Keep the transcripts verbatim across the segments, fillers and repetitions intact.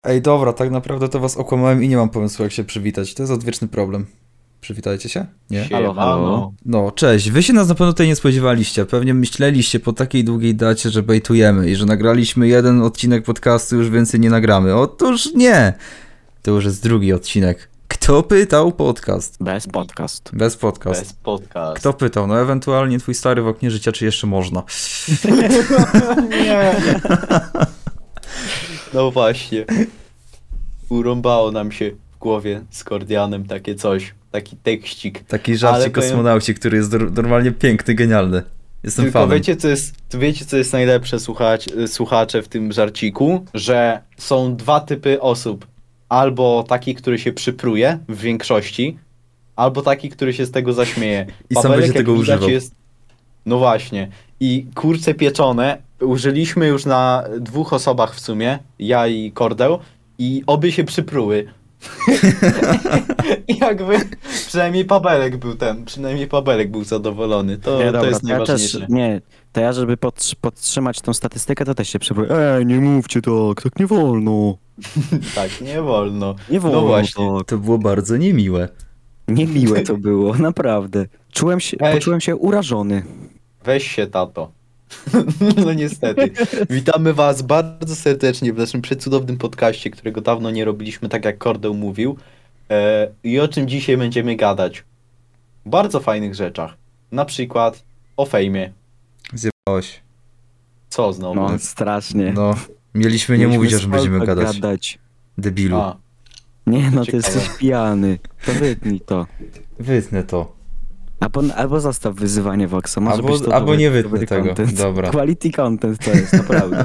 Ej, dobra, tak naprawdę to was okłamałem i nie mam pomysłu, jak się przywitać. To jest odwieczny problem. Przywitajcie się? Nie? Halo, halo. No, cześć. Wy się nas na pewno tutaj nie spodziewaliście. Pewnie myśleliście po takiej długiej dacie, że bejtujemy i że nagraliśmy jeden odcinek podcastu, już więcej nie nagramy. Otóż nie! To już jest drugi odcinek. Kto pytał podcast? Bez podcast. Bez podcast. Bez podcast. Kto pytał? No ewentualnie twój stary w oknie życia, czy jeszcze można? Nie. No właśnie. Urąbało nam się w głowie z Kordianem takie coś. Taki tekścik. Taki żarcik Ale powiem- kosmonauci, który jest dor- normalnie piękny, genialny. Jestem Tylko fanem. wiecie co, jest, to wiecie, co jest najlepsze, słuchać, słuchacze, w tym żarciku? Że są dwa typy osób. Albo taki, który się przypruje w większości, albo taki, który się z tego zaśmieje. I sam Pawełek, będzie jak tego widać, używał. Jest... No właśnie. I kurce pieczone użyliśmy już na dwóch osobach w sumie, ja i Kordeł, i obie się przypruły. I jakby przynajmniej Pabelek był ten, przynajmniej Pabelek był zadowolony. To, nie, to dobra, jest to ja najważniejsze. też, nie, to ja żeby podtrz- podtrzymać tą statystykę, to też się przypomnę. Ej, nie mówcie tak, tak nie wolno. Tak, nie wolno. Nie wolno No właśnie. tak. To było bardzo niemiłe. Niemiłe to było, naprawdę. Czułem się, Weź. poczułem się urażony. Weź się, tato. No niestety. Witamy was bardzo serdecznie w naszym przecudownym podcaście, którego dawno nie robiliśmy, tak jak Kordeł mówił. E, I o czym dzisiaj będziemy gadać? Bardzo fajnych rzeczach. Na przykład o fejmie. Zjebałeś. Co znowu? No, strasznie. No, mieliśmy nie Mieliśmy mówić, o z czym będziemy Polka gadać. gadać. Debilu. A, Nie no, ty Ciekawe. jesteś pijany. To wytnij to. Wytnę to. Albo, albo zostaw wyzywanie Voxa. Może Albo- być to albo dobry, nie wytnę dobry tego. Content. Dobra. Quality content to jest, naprawdę.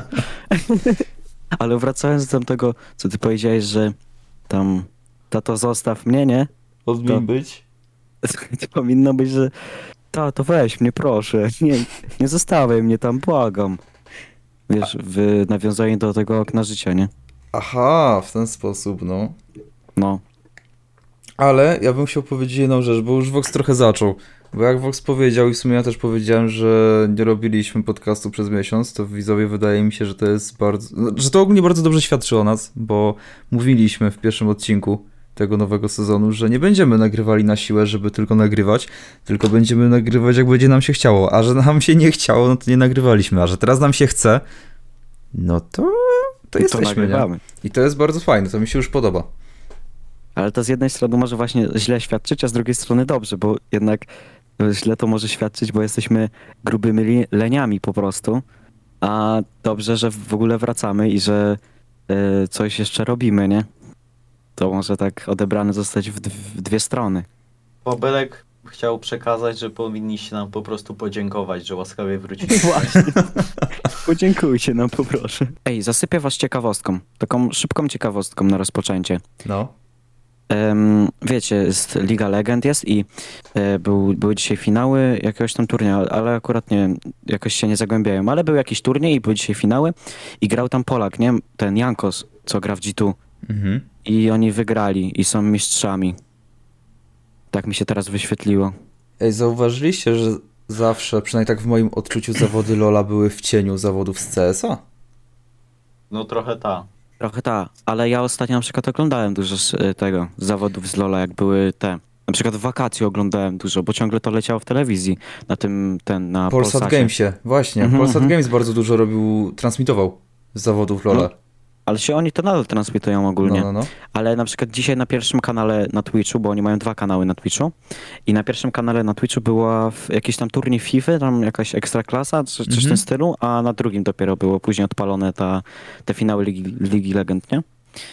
Ale wracając do tego, co ty powiedziałeś, że tam tato zostaw mnie, nie? Odmień To- być. To powinno być, że tato weź mnie proszę, nie, nie zostawiaj mnie tam, błagam. Wiesz, w nawiązaniu do tego okna życia, nie? Aha, w ten sposób, no. No. Ale ja bym chciał powiedzieć jedną rzecz, bo już Vox trochę zaczął. Bo jak Vox powiedział i w sumie ja też powiedziałem, że nie robiliśmy podcastu przez miesiąc, to widzowie wydaje mi się, że to jest bardzo... że to ogólnie bardzo dobrze świadczy o nas, bo mówiliśmy w pierwszym odcinku tego nowego sezonu, że nie będziemy nagrywali na siłę, żeby tylko nagrywać, tylko będziemy nagrywać, jak będzie nam się chciało. A że nam się nie chciało, no to nie nagrywaliśmy. A że teraz nam się chce, no to, to To jesteśmy, nie? nagrywamy. I to jest bardzo fajne, to mi się już podoba. Ale to z jednej strony może właśnie źle świadczyć, a z drugiej strony dobrze, bo jednak źle to może świadczyć, bo jesteśmy grubymi li- leniami po prostu. A dobrze, że w ogóle wracamy i że y, coś jeszcze robimy, nie? To może tak odebrane zostać w, d- w dwie strony. Pabelek chciał przekazać, że powinniście nam po prostu podziękować, że łaskawie wróciliście. Właśnie. Podziękujcie nam, poproszę. Ej, zasypię was ciekawostką. Taką szybką ciekawostką na rozpoczęcie. No. Em, wiecie, jest Liga Legend jest i e, był, były dzisiaj finały jakiegoś tam turnieju, ale akurat nie, jakoś się nie zagłębiają, ale był jakiś turniej i były dzisiaj finały i grał tam Polak, nie? Ten Jankos, co gra w G dwa Mhm. i oni wygrali i są mistrzami. Tak mi się teraz wyświetliło. Ej, zauważyliście, że zawsze, przynajmniej tak w moim odczuciu, zawody LoL'a były w cieniu zawodów z C S a? No trochę ta. Trochę tak, ale ja ostatnio na przykład oglądałem dużo z, e, tego, z zawodów z Lola, jak były te. Na przykład w wakacje oglądałem dużo, bo ciągle to leciało w telewizji, na tym, ten, na Polsat Polsacie. Gamesie, właśnie. Mhm, Polsat mhm. Games bardzo dużo robił, transmitował z zawodów LoL'a. No, Ale się oni to nadal transmitują ogólnie. No, no, no. Ale na przykład dzisiaj na pierwszym kanale na Twitchu, bo oni mają dwa kanały na Twitchu i na pierwszym kanale na Twitchu była w, jakiś tam turniej FIFA, tam jakaś ekstraklasa, czy, coś w Mhm. tym stylu, a na drugim dopiero było później odpalone ta, te finały Ligi, Ligi Legend, nie?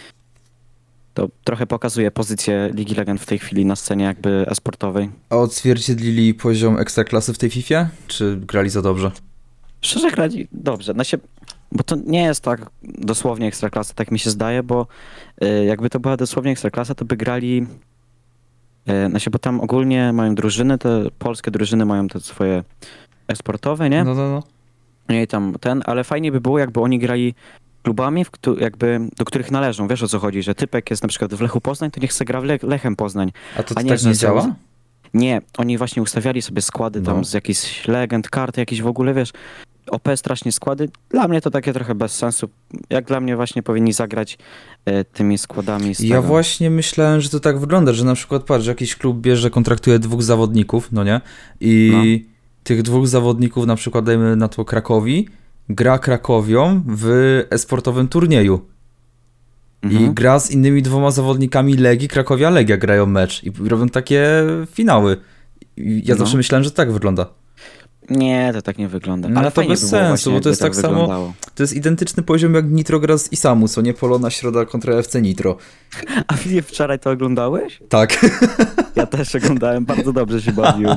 To trochę pokazuje pozycję Ligi Legend w tej chwili na scenie jakby e-sportowej. A odzwierciedlili poziom ekstraklasy w tej Fifie? Czy grali za dobrze? Szczerze grali dobrze, na się, bo to nie jest tak dosłownie ekstraklasa, tak mi się zdaje, bo y, jakby to była dosłownie ekstraklasa, to by grali, y, na się, bo tam ogólnie mają drużyny, te polskie drużyny mają te swoje e-sportowe, nie? No, no, no. Nie, i tam ten, ale fajnie by było, jakby oni grali klubami, w któ- jakby, do których należą, wiesz o co chodzi, że typek jest na przykład w Lechu Poznań, to niech se gra w Le- Lechem Poznań. A to, A to nie, tak że nie za- działa? Nie, oni właśnie ustawiali sobie składy tam No. z jakichś legend, karty jakieś w ogóle, wiesz, O P strasznie składy. Dla mnie to takie trochę bez sensu. Jak dla mnie właśnie powinni zagrać e, tymi składami z Ja tego. właśnie myślałem, że to tak wygląda, że na przykład patrz, jakiś klub bierze, kontraktuje dwóch zawodników, no nie? I tych dwóch zawodników, na przykład dajmy na to Krakowi, gra Krakowią w e-sportowym turnieju. Mhm. I gra z innymi dwoma zawodnikami Legii, Krakowia, Legia grają mecz i robią takie finały. I ja No. zawsze myślałem, że tak wygląda. Nie, to tak nie wygląda. No Ale to fajnie bez by było sensu, właśnie, bo to jakby jest tak samo- wyglądało. To jest identyczny poziom jak Nitro gra z Isamu, co nie? Polona Środa kontra F C Nitro. A ty wczoraj to oglądałeś? Tak. Ja też oglądałem, bardzo dobrze się bawiłem.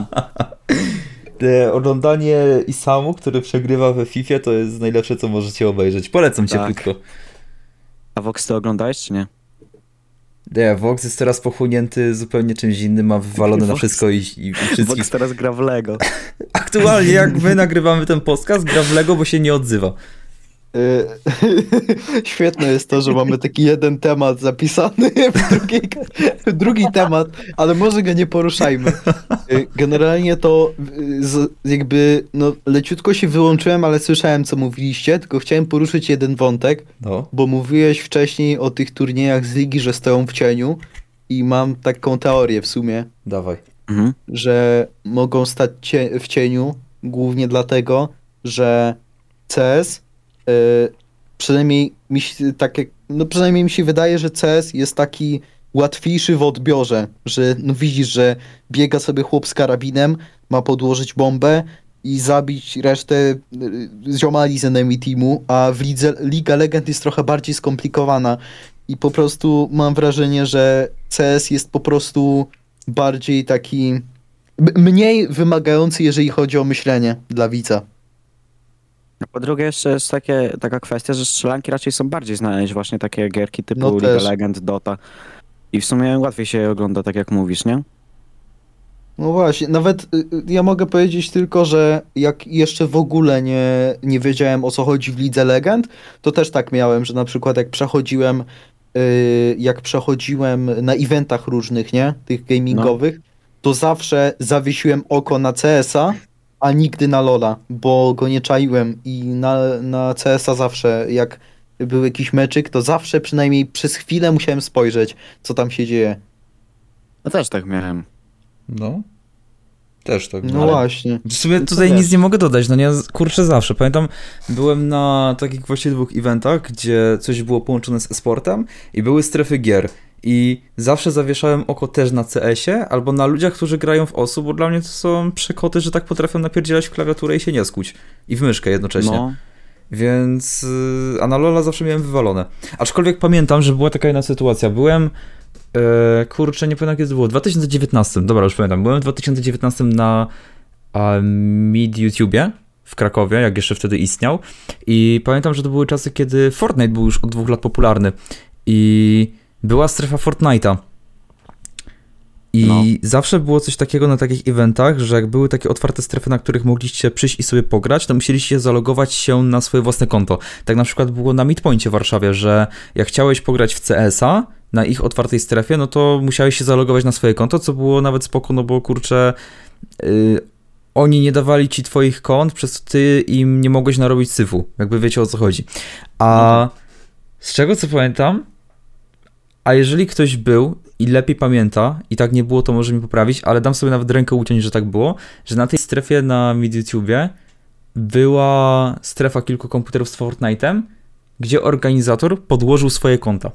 Te oglądanie Isamu, który przegrywa we FIFA, to jest najlepsze, co możecie obejrzeć. Polecam cię Tak. krótko. A Vox ty oglądałeś, czy nie? Nie, Vox jest teraz pochłonięty zupełnie czymś innym, ma wywalone na Vox- wszystko i, i, i wszystkich. Vox teraz gra w Lego. Aktualnie jak my nagrywamy ten podcast, gra w Lego, bo się nie odzywa. Y, Świetne jest to, że mamy taki jeden temat zapisany w drugiej, w drugi temat, ale może go nie poruszajmy. Y, Generalnie to y, z, jakby no leciutko się wyłączyłem, ale słyszałem co mówiliście, tylko chciałem poruszyć jeden wątek, No. bo mówiłeś wcześniej o tych turniejach z ligi, że stoją w cieniu i mam taką teorię w sumie, Dawaj. Mhm. że mogą stać cie- w cieniu głównie dlatego, że C S y, przynajmniej mi się, tak jak, no przynajmniej mi się wydaje, że C S jest taki łatwiejszy w odbiorze, że no widzisz, że biega sobie chłop z karabinem, ma podłożyć bombę i zabić resztę y, ziomali z enemy teamu, a w lidze, Liga Legend jest trochę bardziej skomplikowana i po prostu mam wrażenie, że C S jest po prostu bardziej taki m- mniej wymagający, jeżeli chodzi o myślenie dla widza. A po drugie jeszcze jest takie, taka kwestia, że strzelanki raczej są bardziej znane niż właśnie takie gierki typu No League też. Legend, Dota. I w sumie łatwiej się je ogląda, tak jak mówisz, nie? No właśnie, nawet y, y, ja mogę powiedzieć tylko, że jak jeszcze w ogóle nie, nie wiedziałem o co chodzi w Lidze Legend, to też tak miałem, że na przykład jak przechodziłem y, jak przechodziłem na eventach różnych, nie? Tych gamingowych, to zawsze zawiesiłem oko na C S a, a nigdy na LoL'a, bo go nie czaiłem i na, na C S a zawsze jak był jakiś meczyk, to zawsze przynajmniej przez chwilę musiałem spojrzeć, co tam się dzieje. Ja też tak miałem. No. Też tak. No ale- właśnie. W sumie No to tutaj wiesz. nic nie mogę dodać, no nie, kurczę zawsze. Pamiętam, byłem na takich właśnie dwóch eventach, gdzie coś było połączone z e-sportem i były strefy gier. I zawsze zawieszałem oko też na C S ie albo na ludziach, którzy grają w osu, bo dla mnie to są przekoty, że tak potrafią napierdzielać w klawiaturę i się nie skuć. I w myszkę jednocześnie. No, Więc, yy, a na LoL'a zawsze miałem wywalone. Aczkolwiek pamiętam, że była taka jedna sytuacja. Byłem, e, kurczę, nie pamiętam kiedy to było, w dwa tysiące dziewiętnastym, dobra, już pamiętam. Byłem w dwa tysiące dziewiętnastym na a, Mid YouTubie w Krakowie, jak jeszcze wtedy istniał. I pamiętam, że to były czasy, kiedy Fortnite był już od dwóch lat popularny. I była strefa Fortnite'a. I No. zawsze było coś takiego na takich eventach, że jak były takie otwarte strefy, na których mogliście przyjść i sobie pograć, to musieliście zalogować się na swoje własne konto. Tak na przykład było na Midpoincie w Warszawie, że jak chciałeś pograć w C S a na ich otwartej strefie, no to musiałeś się zalogować na swoje konto, co było nawet spoko, no bo kurczę, yy, oni nie dawali ci twoich kont, przez co ty im nie mogłeś narobić syfu. Jakby wiecie o co chodzi. A z czego co pamiętam, a jeżeli ktoś był i lepiej pamięta, i tak nie było, to może mi poprawić, ale dam sobie nawet rękę uciąć, że tak było, że na tej strefie na MidYouTubie była strefa kilku komputerów z Fortnite'em, gdzie organizator podłożył swoje konta.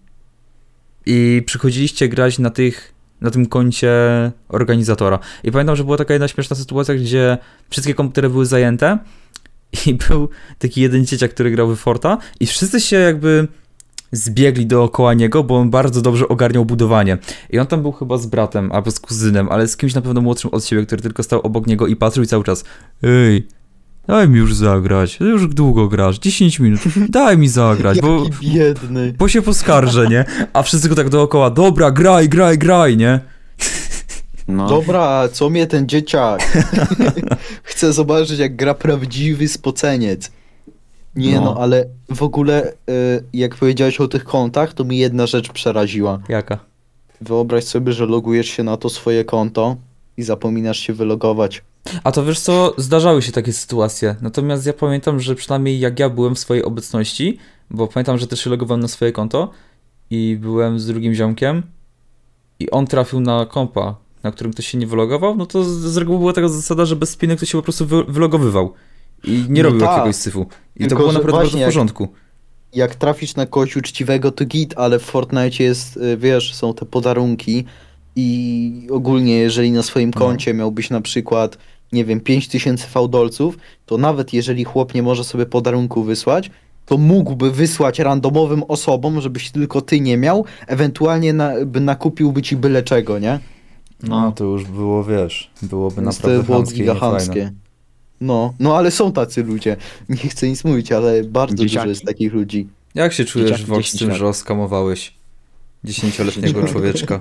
I przychodziliście grać na tych, na tym koncie organizatora. I pamiętam, że była taka jedna śmieszna sytuacja, gdzie wszystkie komputery były zajęte i był taki jeden dzieciak, który grał w Forta i wszyscy się jakby zbiegli dookoła niego, bo on bardzo dobrze ogarniał budowanie. I on tam był chyba z bratem albo z kuzynem, ale z kimś na pewno młodszym od siebie, który tylko stał obok niego i patrzył i cały czas: ej, daj mi już zagrać, ty już długo grasz, dziesięć minut, daj mi zagrać, bo, Jaki biedny. bo się poskarżę, nie? A wszyscy go tak dookoła: dobra, graj, graj, graj, nie? no. Dobra, co mnie ten dzieciak? Chcę zobaczyć, jak gra prawdziwy spoceniec. Nie no, No. ale w ogóle, y, jak powiedziałeś o tych kontach, to mi jedna rzecz przeraziła. Jaka? Wyobraź sobie, że logujesz się na to swoje konto i zapominasz się wylogować. A to wiesz co, zdarzały się takie sytuacje, natomiast ja pamiętam, że przynajmniej jak ja byłem w swojej obecności, bo pamiętam, że też się logowałem na swoje konto i byłem z drugim ziomkiem i on trafił na kompa, na którym ktoś się nie wylogował, no to z, z reguły była taka zasada, że bez spiny ktoś się po prostu wy, wylogowywał i nie No robił tak. jakiegoś syfu. I Tylko, to było że naprawdę bardzo właśnie w jak- porządku. Jak trafisz na kogoś uczciwego, to git, ale w Fortnite jest, y, wiesz, są te podarunki i ogólnie jeżeli na swoim No. koncie miałbyś na przykład, nie wiem, pięć tysięcy fałdolców, to nawet jeżeli chłop nie może sobie podarunku wysłać, to mógłby wysłać randomowym osobom, żebyś tylko ty nie miał, ewentualnie na, by nakupiłby ci byle czego, nie? No to już było, wiesz, byłoby Więc naprawdę to było chamskie i giga niefajne. chamskie. No, no ale są tacy ludzie. Nie chcę nic mówić, ale bardzo Dzieciaki. dużo jest takich ludzi. Jak się czujesz, Dzieciaki Vox, z dziesięć tym, lat. że oskamowałeś dziesięcioletniego człowieczka?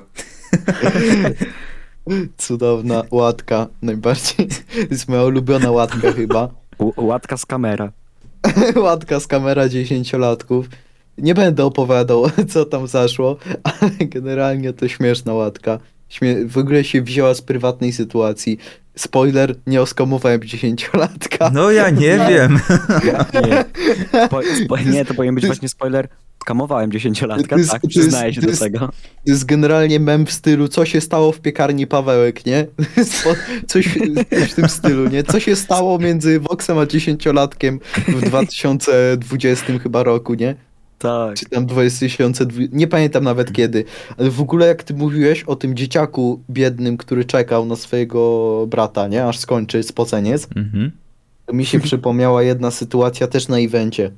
Cudowna łatka, najbardziej. To jest moja ulubiona łatka chyba. Ł- Łatka z kamera. Łatka z kamera dziesięciolatków. Nie będę opowiadał, co tam zaszło, ale generalnie to śmieszna łatka. Śmie- w ogóle się wzięła z prywatnej sytuacji. Spoiler, nie oskamowałem dziesięciolatka. No ja nie wiem. Nie, spo, spo, nie, to powinien być właśnie spoiler. Skamowałem dziesięciolatka, To jest- tak, to jest- przyznaję się to do jest- tego. To jest generalnie mem w stylu, co się stało w piekarni Pawełek, nie? Spo- Coś, coś w tym stylu, nie? Co się stało między Voxem a dziesięciolatkiem w dwa tysiące dwudziestym chyba roku, nie? Tak. Czy tam dwa tysiące dwudziestym, nie pamiętam nawet kiedy, ale w ogóle jak ty mówiłeś o tym dzieciaku biednym, który czekał na swojego brata, nie? Aż skończy spoceniec, Mhm. to mi się przypomniała jedna sytuacja też na evencie.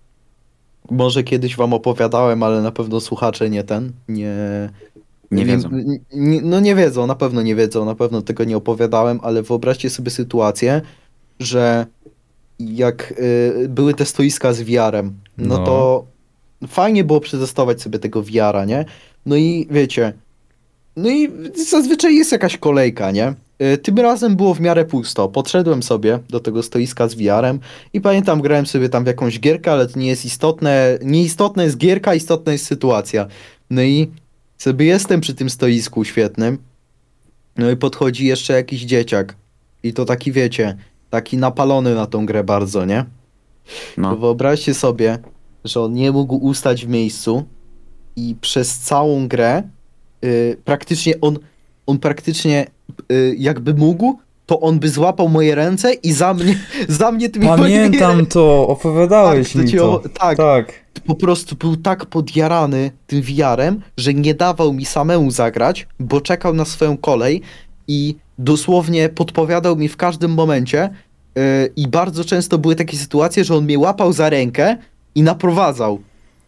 Może kiedyś wam opowiadałem, ale na pewno słuchacze nie ten, nie... Nie wiedzą. n- n- No nie wiedzą, na pewno nie wiedzą, na pewno tego nie opowiadałem, ale wyobraźcie sobie sytuację, że jak y, były te stoiska z V R-em, no, No. to fajnie było przetestować sobie tego V R-a, nie? No i wiecie, no i zazwyczaj jest jakaś kolejka, nie? Y, Tym razem było w miarę pusto. Podszedłem sobie do tego stoiska z V R-em i pamiętam, grałem sobie tam w jakąś gierkę, ale to nie jest istotne. Nieistotna jest gierka, istotna jest sytuacja. No i sobie jestem przy tym stoisku świetnym. No i podchodzi jeszcze jakiś dzieciak. I to taki, wiecie, taki napalony na tą grę bardzo, nie? To No. wyobraźcie sobie, że on nie mógł ustać w miejscu i przez całą grę y, praktycznie on, on praktycznie y, jakby mógł, to on by złapał moje ręce i za mnie, za mnie tymi Pamiętam moimi... to, opowiadałeś Tak, to mi ci to. o- tak. tak. Po prostu był tak podjarany tym V R-em, że nie dawał mi samemu zagrać, bo czekał na swoją kolej i dosłownie podpowiadał mi w każdym momencie yy, i bardzo często były takie sytuacje, że on mnie łapał za rękę i naprowadzał.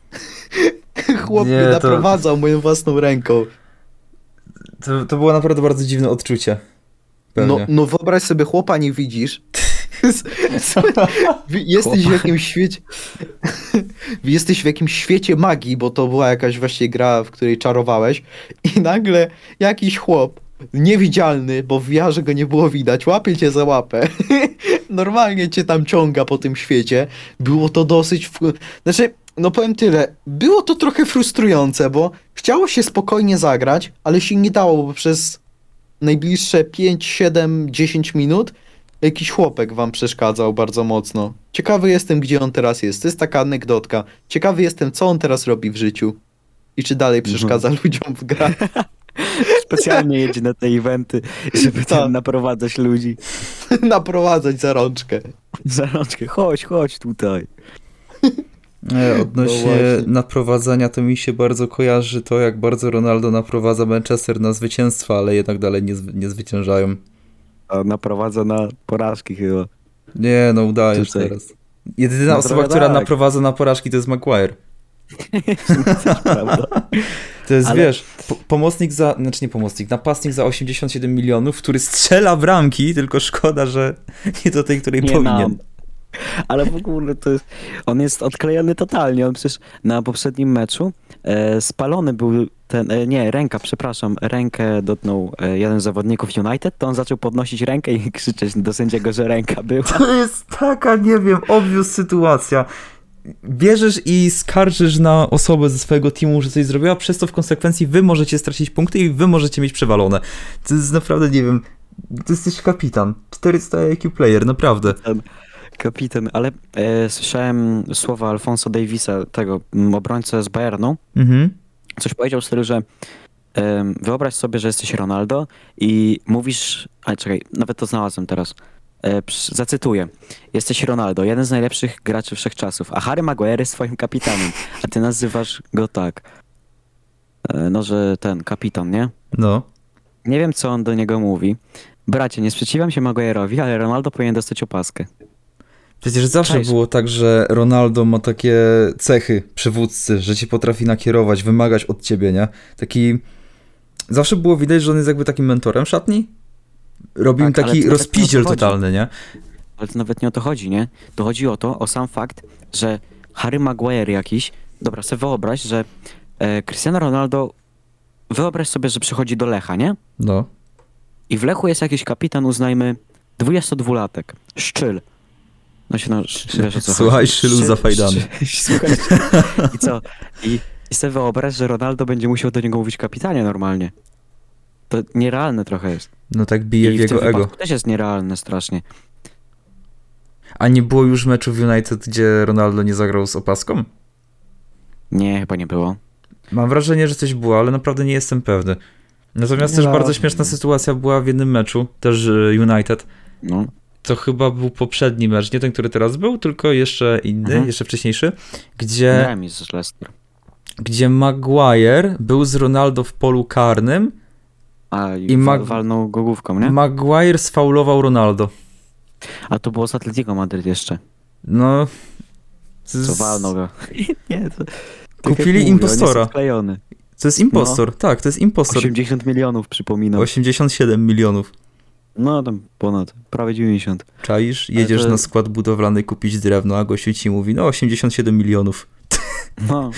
Chłop Nie, mnie to- naprowadzał moją własną ręką. To, to było naprawdę bardzo dziwne odczucie. No, Pewnie. no wyobraź sobie, chłopa nie widzisz. Jesteś w jakimś świecie. Jesteś w jakimś świecie magii, bo to była jakaś właśnie gra, w której czarowałeś, i nagle jakiś chłop, niewidzialny, bo w V R-ze go nie było widać, łapie cię za łapę. Normalnie cię tam ciąga po tym świecie. Było to dosyć. Fru... Znaczy, no powiem tyle. Było to trochę frustrujące, bo chciało się spokojnie zagrać, ale się nie dało, bo przez najbliższe pięć, siedem, dziesięć minut jakiś chłopek wam przeszkadzał bardzo mocno. Ciekawy jestem, gdzie on teraz jest. To jest taka anegdotka. Ciekawy jestem, co on teraz robi w życiu. I czy dalej przeszkadza ludziom w grach. Specjalnie jedzie na te eventy, żeby Tak. tam naprowadzać ludzi. Naprowadzać za rączkę. Za rączkę, chodź, chodź tutaj. Nie, No odnośnie właśnie. naprowadzania, to mi się bardzo kojarzy to, jak bardzo Ronaldo naprowadza Manchester na zwycięstwa, ale jednak dalej nie, zwy- nie zwyciężają. A naprowadza na porażki chyba. Nie, no udajesz Tutaj. teraz. Jedyna No osoba, trochę która tak. naprowadza na porażki, to jest Maguire. Prawda? To jest, Ale- wiesz, po, pomocnik za, znaczy nie pomocnik, napastnik za osiemdziesiąt siedem milionów, który strzela bramki, tylko szkoda, że nie do tej, której Nie powinien. nam. Ale w ogóle to jest, on jest odklejony totalnie. On przecież na poprzednim meczu e, spalony był ten, e, nie, ręka, przepraszam, rękę dotknął e, jeden z zawodników United, to on zaczął podnosić rękę i krzyczeć do sędziego, że ręka była. To jest taka, nie wiem, obvious sytuacja. Bierzesz i skarżysz na osobę ze swojego teamu, że coś zrobiła, przez to w konsekwencji wy możecie stracić punkty i wy możecie mieć przewalone. To jest naprawdę, nie wiem, Ty jesteś kapitan. czterysta I Q player, naprawdę. Ten kapitan, ale e, słyszałem słowa Alfonso Davisa, tego m, obrońcę z Bayernu. Mhm. Coś powiedział w stylu, że em, wyobraź sobie, że jesteś Ronaldo i mówisz, a czekaj, nawet to znalazłem teraz. E, przy- zacytuję. Jesteś Ronaldo, jeden z najlepszych graczy wszechczasów, a Harry Maguire jest twoim kapitanem, a ty nazywasz go tak. E, no, że ten kapitan, nie? No. Nie wiem, co on do niego mówi. Bracie, nie sprzeciwiam się Maguire'owi, ale Ronaldo powinien dostać opaskę. Przecież zawsze Cześć. było tak, że Ronaldo ma takie cechy przywódcy, że cię potrafi nakierować, wymagać od ciebie, nie? Taki... Zawsze było widać, że on jest jakby takim mentorem szatni. Robił im Tak, ale taki to nawet nie o to rozpiździel chodzi. totalny, nie? Ale to nawet nie o to chodzi, nie? To chodzi o to, o sam fakt, że Harry Maguire jakiś, dobra, sobie wyobraź, że e, Cristiano Ronaldo, wyobraź sobie, że przychodzi do Lecha, nie? No. I w Lechu jest jakiś kapitan, uznajmy, dwudziestodwulatek, Szczyl. No się no, sz- wiesz o co Słuchaj, chodzi. Szylu Szczyl- zafajdany. Szczyl- Słuchaj, i co? I, I sobie wyobraź, że Ronaldo będzie musiał do niego mówić kapitanie normalnie. To nierealne trochę jest. No tak bije I w w tym jego ego. wypadku też jest nierealne strasznie. A nie było już meczu w United, gdzie Ronaldo nie zagrał z opaską? Nie, chyba nie było. Mam wrażenie, że coś było, ale naprawdę nie jestem pewny. Natomiast też No. bardzo śmieszna sytuacja była w jednym meczu, też y, United. No. To chyba był poprzedni mecz, nie ten, który teraz był, tylko jeszcze inny, Mhm. jeszcze wcześniejszy, gdzie, Remis z Leicester. gdzie Maguire był z Ronaldo w polu karnym. A i, I wa- Mag- walnął go główką, nie? Maguire sfaulował Ronaldo. A to było z Atletico Madryt jeszcze. No... Co z- walnął go. nie, to... Kupili tak jak impostora. Mówię, on jest odklejony. To jest impostor, tak, to jest impostor. osiemdziesiąt milionów, przypominam. osiemdziesiąt siedem milionów. No tam ponad, prawie dziewięćdziesiąt. Czaisz? Ale Jedziesz to- na skład budowlany kupić drewno, a gościu ci mówi, no osiemdziesiąt siedem milionów. No.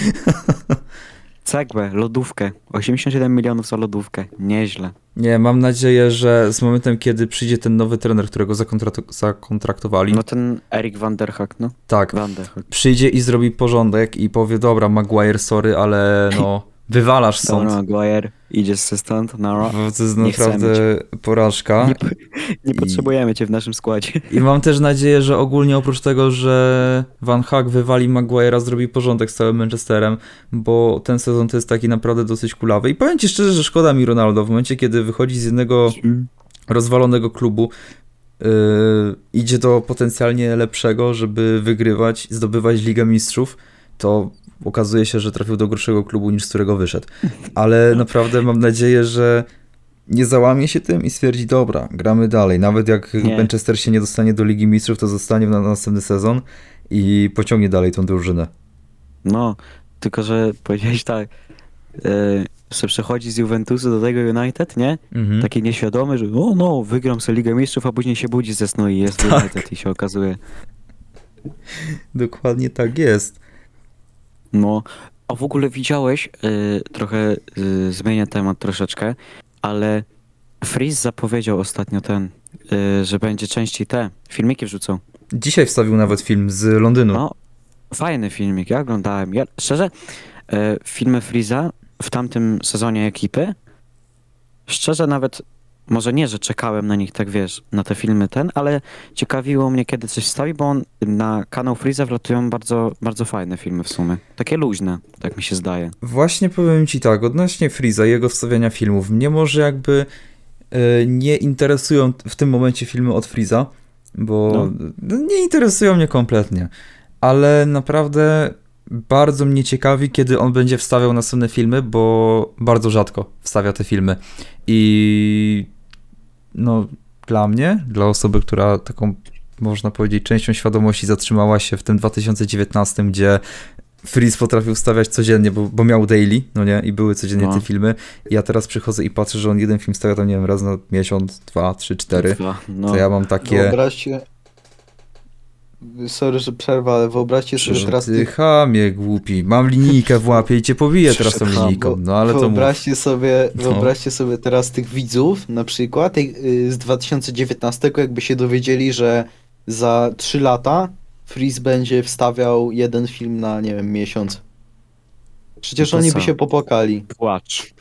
Cegłę, lodówkę. osiemdziesiąt siedem milionów za lodówkę. Nieźle. Nie, mam nadzieję, że z momentem, kiedy przyjdzie ten nowy trener, którego zakontrak- zakontraktowali, No ten Erik van der Hag, no. tak, Van der Hag. przyjdzie i zrobi porządek i powie, dobra, Maguire, sorry, ale no, wywalasz Dobra, stąd. Maguire, idziesz se stąd, nara. Bo to jest Nie chcemy naprawdę porażka. Nie, po- nie potrzebujemy cię w naszym składzie. I mam też nadzieję, że ogólnie oprócz tego, że Van Hag wywali Maguire'a, zrobi porządek z całym Manchesterem, bo ten sezon to jest taki naprawdę dosyć kulawy. I powiem ci szczerze, że szkoda mi Ronaldo w momencie, kiedy wychodzi z jednego rozwalonego klubu, yy, idzie do potencjalnie lepszego, żeby wygrywać, zdobywać Ligę Mistrzów, to okazuje się, że trafił do gorszego klubu, niż z którego wyszedł. Ale naprawdę mam nadzieję, że nie załamie się tym i stwierdzi, dobra, gramy dalej. Nawet jak Nie. Manchester się nie dostanie do Ligi Mistrzów, to zostanie na następny sezon i pociągnie dalej tą drużynę. No, tylko że powiedziałeś tak, e, że przechodzi z Juventusu do tego United, nie? Mhm. Taki nieświadomy, że o no, wygram sobie Ligę Mistrzów, a później się budzi ze snu i jest w Tak. United i się okazuje. Dokładnie tak jest. No, a w ogóle widziałeś, y, trochę y, zmienię temat troszeczkę, ale Freeze zapowiedział ostatnio ten, y, że będzie częściej te filmiki wrzucał. Dzisiaj wstawił nawet film z Londynu. No, fajny filmik, ja oglądałem. Ja, szczerze, y, filmy Freeza w tamtym sezonie ekipy, szczerze nawet, może nie, że czekałem na nich, tak wiesz, na te filmy ten, ale ciekawiło mnie, kiedy coś wstawi, bo on na kanał Freeza wlatują bardzo, bardzo fajne filmy w sumie. Takie luźne, tak mi się zdaje. Właśnie powiem ci tak, odnośnie Freeza i jego wstawiania filmów, mnie może jakby e, nie interesują w tym momencie filmy od Freeza, bo no. nie interesują mnie kompletnie, ale naprawdę bardzo mnie ciekawi, kiedy on będzie wstawiał następne filmy, bo bardzo rzadko wstawia te filmy i no dla mnie, dla osoby, która taką można powiedzieć częścią świadomości zatrzymała się w tym dwa tysiące dziewiętnastym, gdzie Freeze potrafił stawiać codziennie, bo, bo miał daily, no nie, i były codziennie No. te filmy. I ja teraz przychodzę i patrzę, że on jeden film stawia tam, nie wiem, raz na miesiąc, dwa, trzy, cztery. Dwa, no. To ja mam takie... Wyobraźcie... Sorry, że przerwa, ale wyobraźcie sobie Że teraz ty tych... chamie głupi, mam linijkę w łapie i cię pobiję teraz tą Przyszedł linijką, no ale to mów. Wyobraźcie sobie, No. wyobraźcie sobie teraz tych widzów, na przykład tej, y, z dwa tysiące dziewiętnastego, jakby się dowiedzieli, że za trzy lata Freeze będzie wstawiał jeden film na, nie wiem, miesiąc. Przecież No to oni co? by się popłakali. Płacz.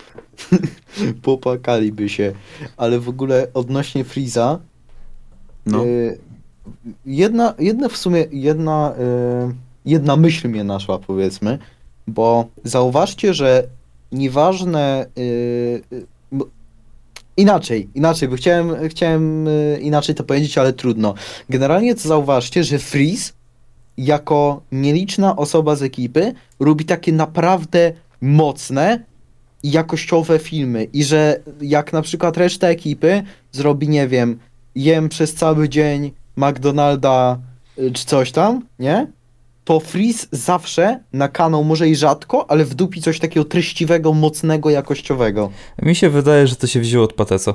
Popłakaliby się. Ale w ogóle odnośnie Freeza, No. y, jedna, jedna w sumie, jedna, y, jedna myśl mnie naszła, powiedzmy, bo zauważcie, że nieważne, y, y, bo- inaczej, inaczej, bo chciałem, chciałem y, inaczej to powiedzieć, ale trudno. Generalnie to zauważcie, że Freeze jako nieliczna osoba z ekipy robi takie naprawdę mocne i jakościowe filmy i że jak na przykład reszta ekipy zrobi, nie wiem, jem przez cały dzień McDonalda y, czy coś tam, nie? To Freeze zawsze na kanał, może i rzadko, ale wdupi coś takiego treściwego, mocnego, jakościowego. Mi się wydaje, że to się wzięło od Pateca.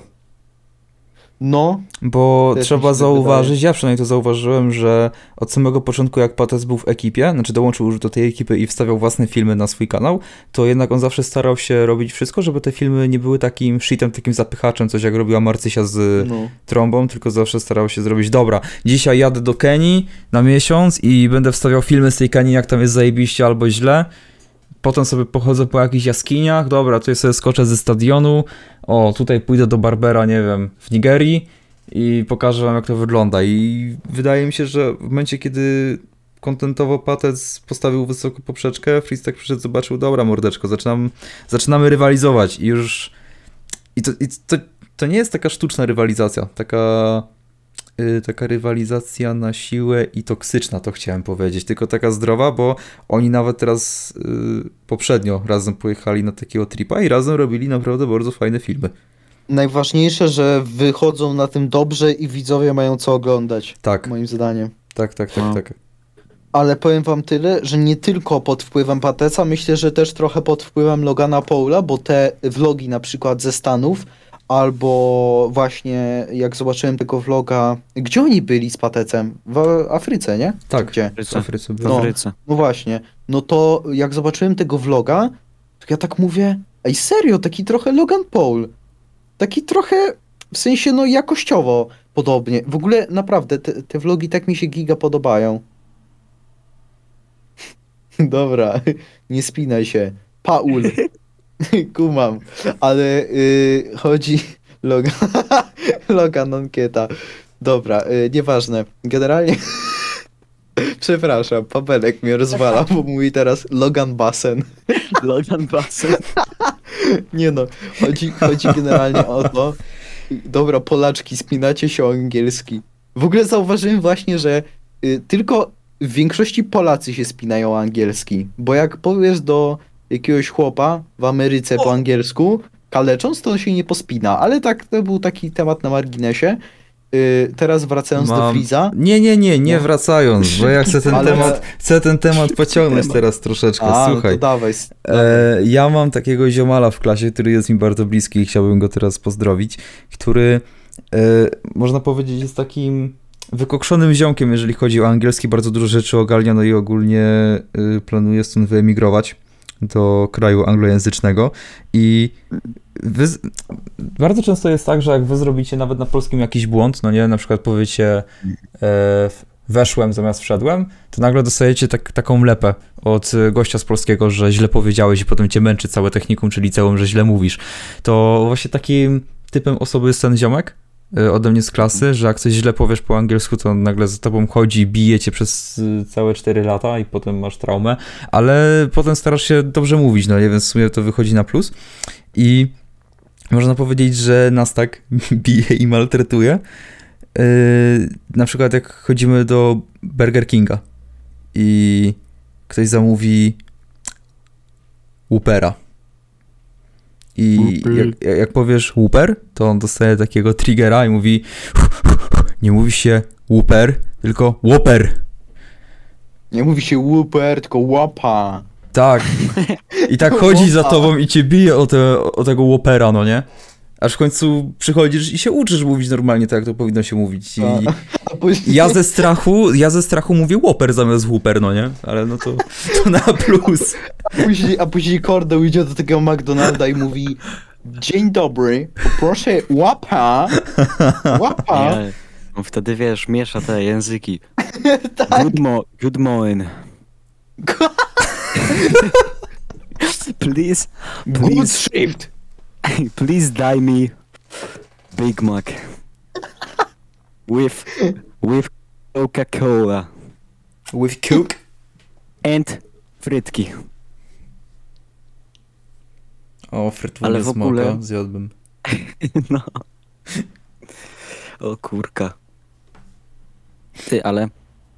No, Bo Też mi trzeba się zauważyć, ja przynajmniej to zauważyłem, że od samego początku jak Patec był w ekipie, znaczy dołączył już do tej ekipy i wstawiał własne filmy na swój kanał, to jednak on zawsze starał się robić wszystko, żeby te filmy nie były takim shitem, takim zapychaczem, coś jak robiła Marcysia z no. Trąbą, tylko zawsze starał się zrobić, dobra, dzisiaj jadę do Kenii na miesiąc i będę wstawiał filmy z tej Kenii, jak tam jest zajebiście albo źle. Potem sobie pochodzę po jakichś jaskiniach, dobra, tutaj sobie skoczę ze stadionu, o, tutaj pójdę do barbera, nie wiem, w Nigerii i pokażę wam, jak to wygląda. I wydaje mi się, że w momencie, kiedy kontentowo Patec postawił wysoką poprzeczkę, Freeze tak przyszedł, zobaczył, dobra, mordeczko, zaczynam, zaczynamy rywalizować i już... I to, i to, to nie jest taka sztuczna rywalizacja, taka... Yy, taka rywalizacja na siłę i toksyczna, to chciałem powiedzieć, tylko taka zdrowa, bo oni nawet teraz yy, poprzednio razem pojechali na takiego tripa i razem robili naprawdę bardzo fajne filmy. Najważniejsze, że wychodzą na tym dobrze i widzowie mają co oglądać, Tak, moim zdaniem. tak, tak, tak, No. tak. Ale powiem wam tyle, że nie tylko pod wpływem Pateca, myślę, że też trochę pod wpływem Logana Paula, bo te vlogi na przykład ze Stanów, albo właśnie jak zobaczyłem tego vloga, gdzie oni byli z Patecem? W Afryce, nie? Tak, Gdzie? w Afryce W był. No. Afryce. No właśnie, no to jak zobaczyłem tego vloga, to ja tak mówię, ej serio, taki trochę Logan Paul, taki trochę, w sensie no jakościowo podobnie. W ogóle naprawdę, te, te vlogi tak mi się giga podobają. Dobra, nie spinaj się. Paul. Kumam. Ale y, chodzi... Logan... Logan Ankieta. Dobra, y, nieważne. Generalnie... Przepraszam, Pabenek mnie rozwala, bo mówi teraz Logan Basen. Logan Basen. Nie no, chodzi, chodzi generalnie o to... Dobra, Polaczki, spinacie się o angielski. W ogóle zauważyłem właśnie, że y, tylko w większości Polacy się spinają o angielski, bo jak powiesz do jakiegoś chłopa w Ameryce po angielsku, kalecząc, to on się nie pospina, ale tak, to był taki temat na marginesie. Y, teraz wracając do Mam- Freeza. Nie, nie, nie, nie No. wracając, bo ja chcę ten Ale- temat, chcę ten temat pociągnąć Temat. teraz troszeczkę, A, no słuchaj. to dawaj. s- E, ja mam takiego ziomala w klasie, który jest mi bardzo bliski i chciałbym go teraz pozdrowić, który e, można powiedzieć jest takim wykokszonym ziomkiem, jeżeli chodzi o angielski, bardzo dużo rzeczy ogarnia, no i ogólnie e, planuje stąd wyemigrować do kraju anglojęzycznego i wy, z- bardzo często jest tak, że jak wy zrobicie nawet na polskim jakiś błąd, no nie, na przykład powiecie e, weszłem zamiast wszedłem, to nagle dostajecie tak, taką lepę od y, gościa z polskiego, że źle powiedziałeś i potem cię męczy całe technikum czy liceum, że źle mówisz. To właśnie takim typem osoby jest ten ziomek y, ode mnie z klasy, że jak coś źle powiesz po angielsku, to nagle za tobą chodzi, bije cię przez y, całe cztery lata i potem masz traumę, ale potem starasz się dobrze mówić, no nie, więc w sumie to wychodzi na plus. I można powiedzieć, że nas tak bije i maltretuje. Yy, na przykład jak chodzimy do Burger Kinga i ktoś zamówi Whoopera i Whopper. jak, jak powiesz Whopper, to on dostaje takiego triggera i mówi nie mówi się Whopper, tylko Whopper. Nie mówi się Whooper, tylko Łapa. Tak. I tak chodzi za tobą i cię bije o, te, o tego Whoppera, no nie? Aż w końcu przychodzisz i się uczysz mówić normalnie tak, jak to powinno się mówić. I A, a później... ja ze strachu, ja ze strachu mówię Whopper zamiast Whooper, no nie? Ale no to, to na plus. A później, a później Kordeł idzie do takiego McDonalda i mówi: dzień dobry, poproszę łapa, łapa. Nie. On wtedy, wiesz, miesza te języki. Tak. Good, mo- good morning. Please, Good please, shift. please dye me Big Mac. With, with Coca-Cola. With Coke? And frytki. O, frytwu Ale bez w ogóle- smoka zjadłbym. No. O kurka. Ty, ale...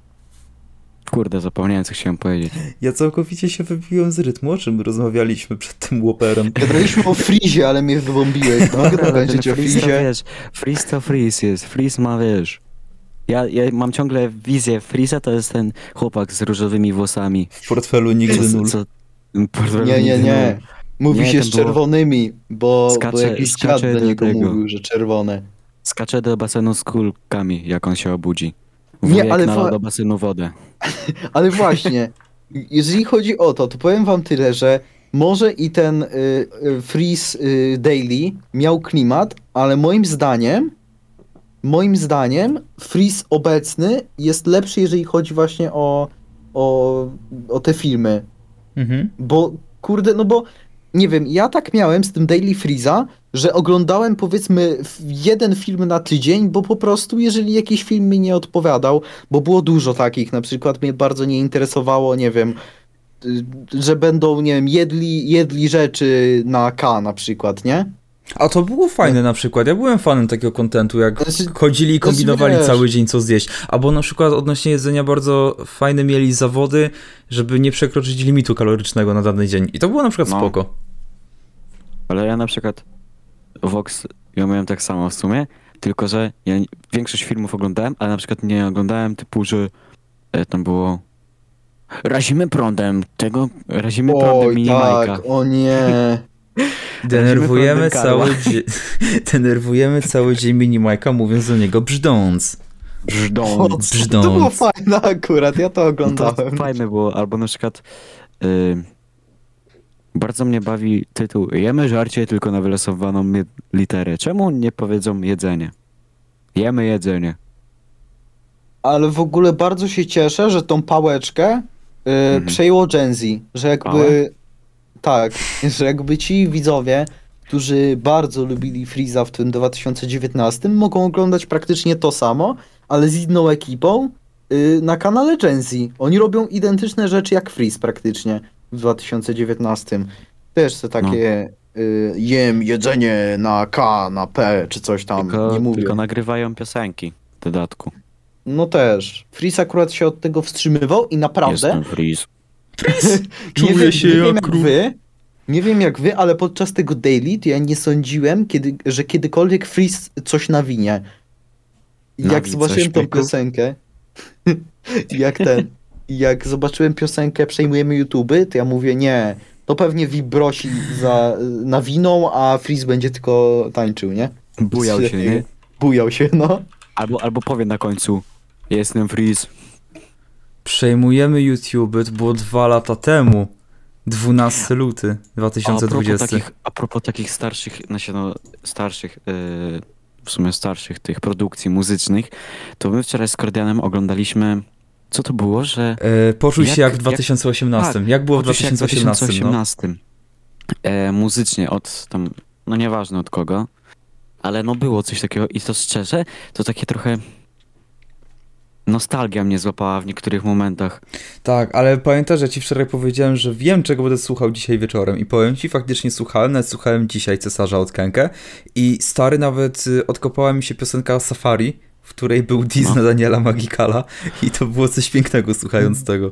Kurde, zapomniałem, co chciałem powiedzieć. Ja całkowicie się wybiłem z rytmu, o czym rozmawialiśmy przed tym łoperem. Gadaliśmy o Freezie, ale mnie wybombiłeś. Mogę dokończyć o Freeze to Freezie? wiesz, Freeze to Freeze jest, Freeze ma wiesz. Ja, ja mam ciągle wizję Freeza, to jest ten chłopak z różowymi włosami. W portfelu nigdy Co- nul. co- portfelu Nie, nie, nigdy nie. nul. Mówi Nie, się ten z było- czerwonymi, bo, bo Skacze- jakiś skacze dziad do do niego tego. mówił, że czerwone. Skacze do basenu z kulkami, jak on się obudzi. Wujek Nie, ale nalał wa- do basenu wodę. Ale właśnie, jeżeli chodzi o to, to powiem wam tyle, że może i ten y, y, Freeze y, Daily miał klimat, ale moim zdaniem, moim zdaniem Freeze obecny jest lepszy, jeżeli chodzi właśnie o, o, o te filmy. Mhm. Bo kurde, no bo nie wiem, ja tak miałem z tym Daily Freeza, że oglądałem powiedzmy f- jeden film na tydzień, bo po prostu jeżeli jakiś film mi nie odpowiadał, bo było dużo takich, na przykład mnie bardzo nie interesowało, nie wiem, y, że będą, nie wiem, jedli, jedli rzeczy na K na przykład, nie? A to było fajne na przykład. Ja byłem fanem takiego kontentu, jak Znaczy- chodzili i kombinowali wiesz. cały dzień co zjeść. Albo na przykład odnośnie jedzenia bardzo fajne mieli zawody, żeby nie przekroczyć limitu kalorycznego na dany dzień. I to było na przykład No. spoko. Ale ja na przykład Vox, ja miałem tak samo w sumie, tylko że ja nie- większość filmów oglądałem, ale na przykład nie oglądałem typu, że e, tam było razimy prądem, tego razimy prądem Oj, mini Majka. tak, o nie. Denerwujemy prądem cały, karła. dzie- Denerwujemy cały dzień Minimajka, mówiąc do niego brzdąc. Brzdąc. Brzdąc. To było fajne akurat, ja to No to oglądałem. fajne było, albo na przykład y, bardzo mnie bawi tytuł Jemy żarcie tylko na wylosowaną mi- literę. Czemu nie powiedzą jedzenie? Jemy jedzenie. Ale w ogóle bardzo się cieszę, że tą pałeczkę y, Mhm. przejęło Gen Z, że jakby Pałę? tak, że jakby ci widzowie, którzy bardzo lubili Freeza w tym dwa tysiące dziewiętnastym, mogą oglądać praktycznie to samo, ale z inną ekipą y, na kanale Gen Z. Oni robią identyczne rzeczy jak Freeze praktycznie w dwa tysiące dziewiętnastym. Też te takie y, jem jedzenie na K, na P czy coś tam, Tylko, nie mówię. tylko nagrywają piosenki w dodatku. No też. Freeze akurat się od tego wstrzymywał i naprawdę Jestem Freeze. nie, Czuję wiem, się nie wiem jak jak kró- wy, nie wiem jak wy, ale podczas tego daily to ja nie sądziłem, kiedy, że kiedykolwiek Freeze coś nawinie. I Jak Nawi zobaczyłem coś, tą byku? piosenkę, jak ten, jak zobaczyłem piosenkę Przejmujemy YouTube, to ja mówię nie, to pewnie Vibrosi za nawiną, a Freeze będzie tylko tańczył, nie? Bujał się, nie? Bujał się, no. Albo, albo powie na końcu Jestem Freeze. Przejmujemy YouTube, to było dwa lata temu. dwunastego lutego A dwa tysiące propos dwudziestego. takich, a propos takich starszych, znaczy no starszych, yy, w sumie starszych tych produkcji muzycznych, to my wczoraj z Kordianem oglądaliśmy, co to było, że... E, poczuj Jak- się jak w jak- dwa tysiące osiemnastym. jak było w Poczuj się jak dwa tysiące osiemnastym? No. osiemnastym. E, muzycznie od tam, no nieważne od kogo, ale no było coś takiego i to szczerze, to takie trochę nostalgia mnie złapała w niektórych momentach. Tak, ale pamiętasz, że ci wczoraj powiedziałem, że wiem, czego będę słuchał dzisiaj wieczorem i powiem ci, faktycznie słuchałem, nawet słuchałem dzisiaj Cesarza od Kenkę i stary, nawet y, odkopała mi się piosenka Safari, w której był diss No. na Daniela Magikala i to było coś pięknego słuchając tego.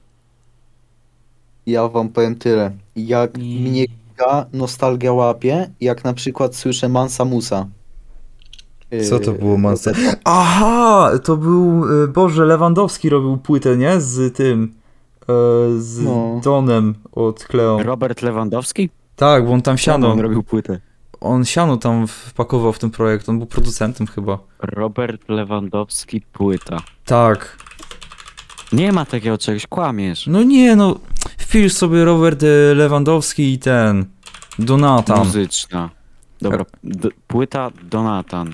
Ja wam powiem tyle. Jak Nie. mnie giga nostalgia łapie, jak na przykład słyszę Mansa Musa. Co to Yy, było, Mansa? Aha, to był, y, Boże, Lewandowski robił płytę, nie? Z tym, e, z No. Donem od Cleo. Robert Lewandowski? Tak, bo on tam Czemu siano, on robił płytę? on siano tam wpakował w ten projekt, on był producentem chyba. Robert Lewandowski płyta. Tak. Nie ma takiego czegoś, kłamiesz. No nie, no, wpisz sobie Robert e, Lewandowski i ten, Donatan. Muzyczna. Dobra, d- płyta Donatan.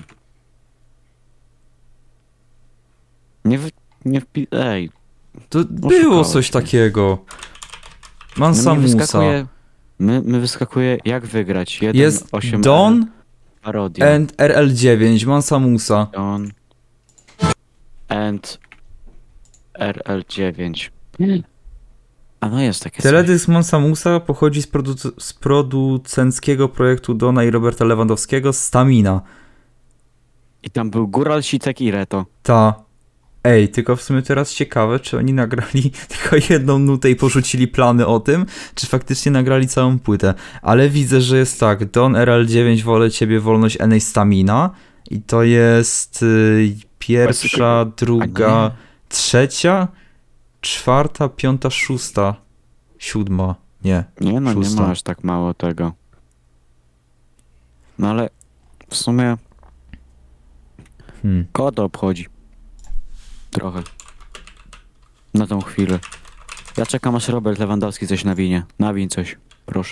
Nie, w, nie wpi... Ej, To było coś się. takiego. no Mansa mnie Musa. wyskakuje, My, my wyskakuje jak wygrać. jeden Jest osiem Dawn parodia. and R L dziewięć, Mansa Musa. Dawn and R L dziewięć. A no jest takie coś. Teledysk Mansa Musa pochodzi z, produc- z producenckiego projektu Dona i Roberta Lewandowskiego Stamina. I tam był Góral, Sicek i Reto. Ta. Ej, tylko w sumie teraz ciekawe, czy oni nagrali tylko jedną nutę i porzucili plany o tym, czy faktycznie nagrali całą płytę. Ale widzę, że jest tak, Don R L dziewięć, Wolę Ciebie, Wolność, N A Stamina i to jest y, pierwsza, druga, trzecia, czwarta, piąta, szósta, siódma, nie, Nie no, szósta. nie ma aż tak mało tego. No ale w sumie Hmm. kogo to obchodzi? Trochę. Na tą chwilę. Ja czekam aż Robert Lewandowski coś nawinie. Nawiń coś, proszę.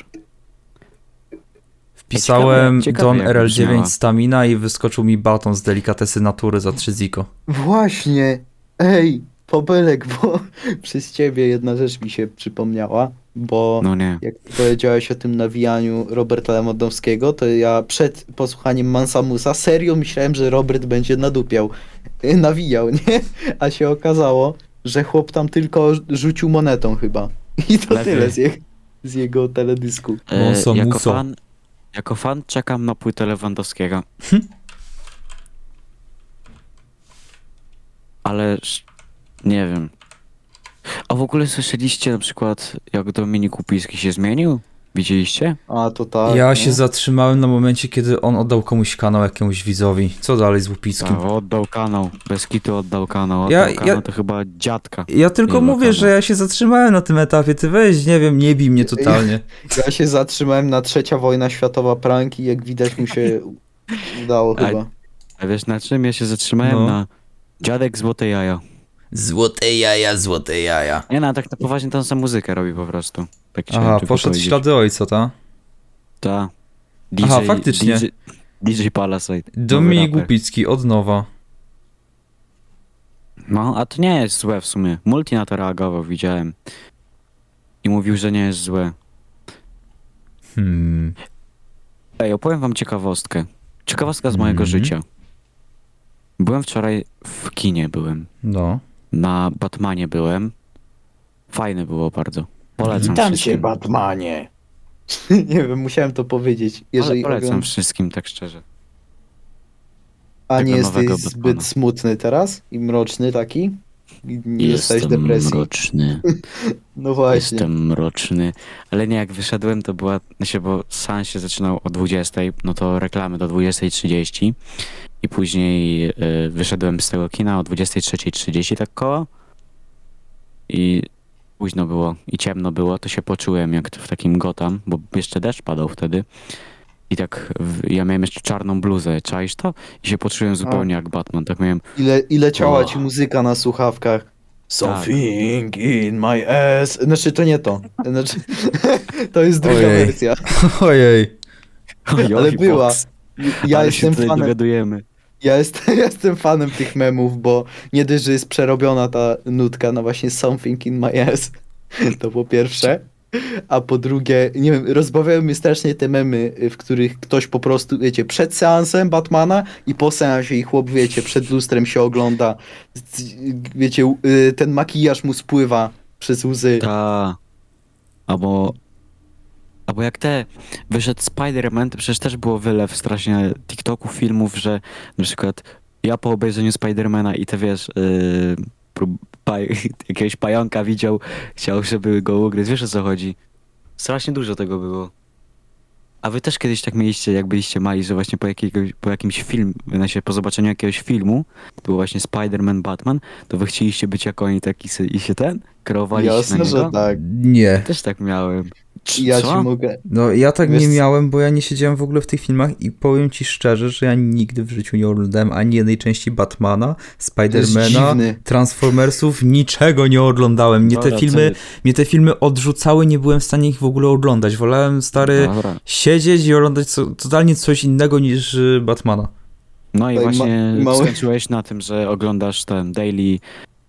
Wpisałem Ciekawe- ciekawe Don jak R L brzmiała. dziewięć Stamina i wyskoczył mi baton z delikatesy natury za trzy ziko. Właśnie, ej, Pobelek, bo przez ciebie jedna rzecz mi się przypomniała, bo No nie. jak powiedziałeś o tym nawijaniu Roberta Lewandowskiego, to ja przed posłuchaniem Mansa Musa serio myślałem, że Robert będzie nadupiał, y, nawijał, nie? A się okazało, że chłop tam tylko rzucił monetą chyba. I to Lewy. tyle z, je, z jego teledysku. E, Monso jako, muso. fan, jako fan czekam na płytę Lewandowskiego. Ale sz- nie wiem. A w ogóle słyszeliście na przykład, jak Dominik Łupiński się zmienił? Widzieliście? A to tak. Ja nie? się zatrzymałem na momencie, kiedy on oddał komuś kanał jakiemuś widzowi. Co dalej z Łupickim? Tak, oddał kanał. Bez kitu oddał kanał. Oddał Ja- kanał ja- to chyba dziadka. Ja tylko Nie, mówię, no że ja się zatrzymałem na tym etapie. Ty weź, nie wiem, nie bij mnie totalnie. Ja się zatrzymałem na trzecia wojna światowa pranki, jak widać mu się udało A- chyba. A wiesz na czym ja się zatrzymałem? No. Na dziadek złote jaja. Złote jaja, złote jaja. Nie no, tak na poważnie tą samą muzykę robi po prostu. Tak chciałem Aha, tylko poszedł w powiedzieć. ślady ojca, ta? Ta. Aha, faktycznie. D J, D J Palasite. Dominik nowy raper. Łupicki, od nowa. No, a to nie jest złe w sumie. Multi na to reagował, widziałem. I mówił, że nie jest złe. Hmm. Ej, opowiem wam ciekawostkę. Ciekawostka z mojego Mhm. życia. Byłem wczoraj w kinie, byłem. No. Na Batmanie byłem. Fajne było bardzo. Polecam Witam wszystkim. cię, Batmanie. Nie wiem, musiałem to powiedzieć. Jeżeli Ale polecam ogląd- wszystkim, tak szczerze. A nie tego jesteś nowego zbyt Batmana. smutny teraz? I mroczny taki? I nie dostałeś Jestem depresji? mroczny. No właśnie. Jestem mroczny. Ale nie, jak wyszedłem, to była... Znaczy, bo seans się zaczynał o dwudziestej, no to reklamy do dwudziestej trzydzieści. I później y, wyszedłem z tego kina o dwudziestej trzeciej trzydzieści tak koło. I późno było i ciemno było, to się poczułem jak w takim Gotham, bo jeszcze deszcz padał wtedy. I tak w, ja miałem jeszcze czarną bluzę, czaisz to? I się poczułem zupełnie jak Batman, tak miałem... Ile, ile ciała O. ci muzyka na słuchawkach? Something in my ass. Znaczy, to nie to. Znaczy, to jest druga Ojej. wersja. Ojej. Ale była. Fox. Ja Ale jestem się tutaj fanem. dowiadujemy. Ja jestem, jestem fanem tych memów, bo nie dość, że jest przerobiona ta nutka na właśnie Something in my ass. To po pierwsze. A po drugie, nie wiem, rozbawiają mnie strasznie te memy, w których ktoś po prostu, wiecie, przed seansem Batmana i po seansie i chłop, wiecie, przed lustrem się ogląda. Wiecie, y, ten makijaż mu spływa przez łzy. Ta. Albo... Albo jak te... Wyszedł Spider-Man, to przecież też było wylew strasznie TikToków, filmów, że na przykład ja po obejrzeniu Spidermana i te wiesz... Yy, prób- paj, jakiegoś pająka widział, chciał, żeby go ugryźć. Wiesz o co chodzi? Strasznie dużo tego było. A wy też kiedyś tak mieliście, jak byliście mali, że właśnie po, jakiegoś, po jakimś film, znaczy po zobaczeniu jakiegoś filmu, to był właśnie Spider-Man, Batman, to wy chcieliście być jak oni taki sy- i się ten? Kreowaliście Jasne, na że niego? tak. Nie. Też tak miałem. C- Ja co? ci mogę. No ja tak Wiesz- nie miałem, bo ja nie siedziałem w ogóle w tych filmach i powiem ci szczerze, że ja nigdy w życiu nie oglądałem ani jednej części Batmana, To jest Spidermana, dziwny. Transformersów, niczego nie oglądałem. Mnie te Dobra, filmy, co- mnie te filmy odrzucały, nie byłem w stanie ich w ogóle oglądać. Wolałem, stary, Dobra. siedzieć i oglądać co, totalnie coś innego niż y, Batmana. No i Tutaj ma- właśnie mały- skończyłeś na tym, że oglądasz ten daily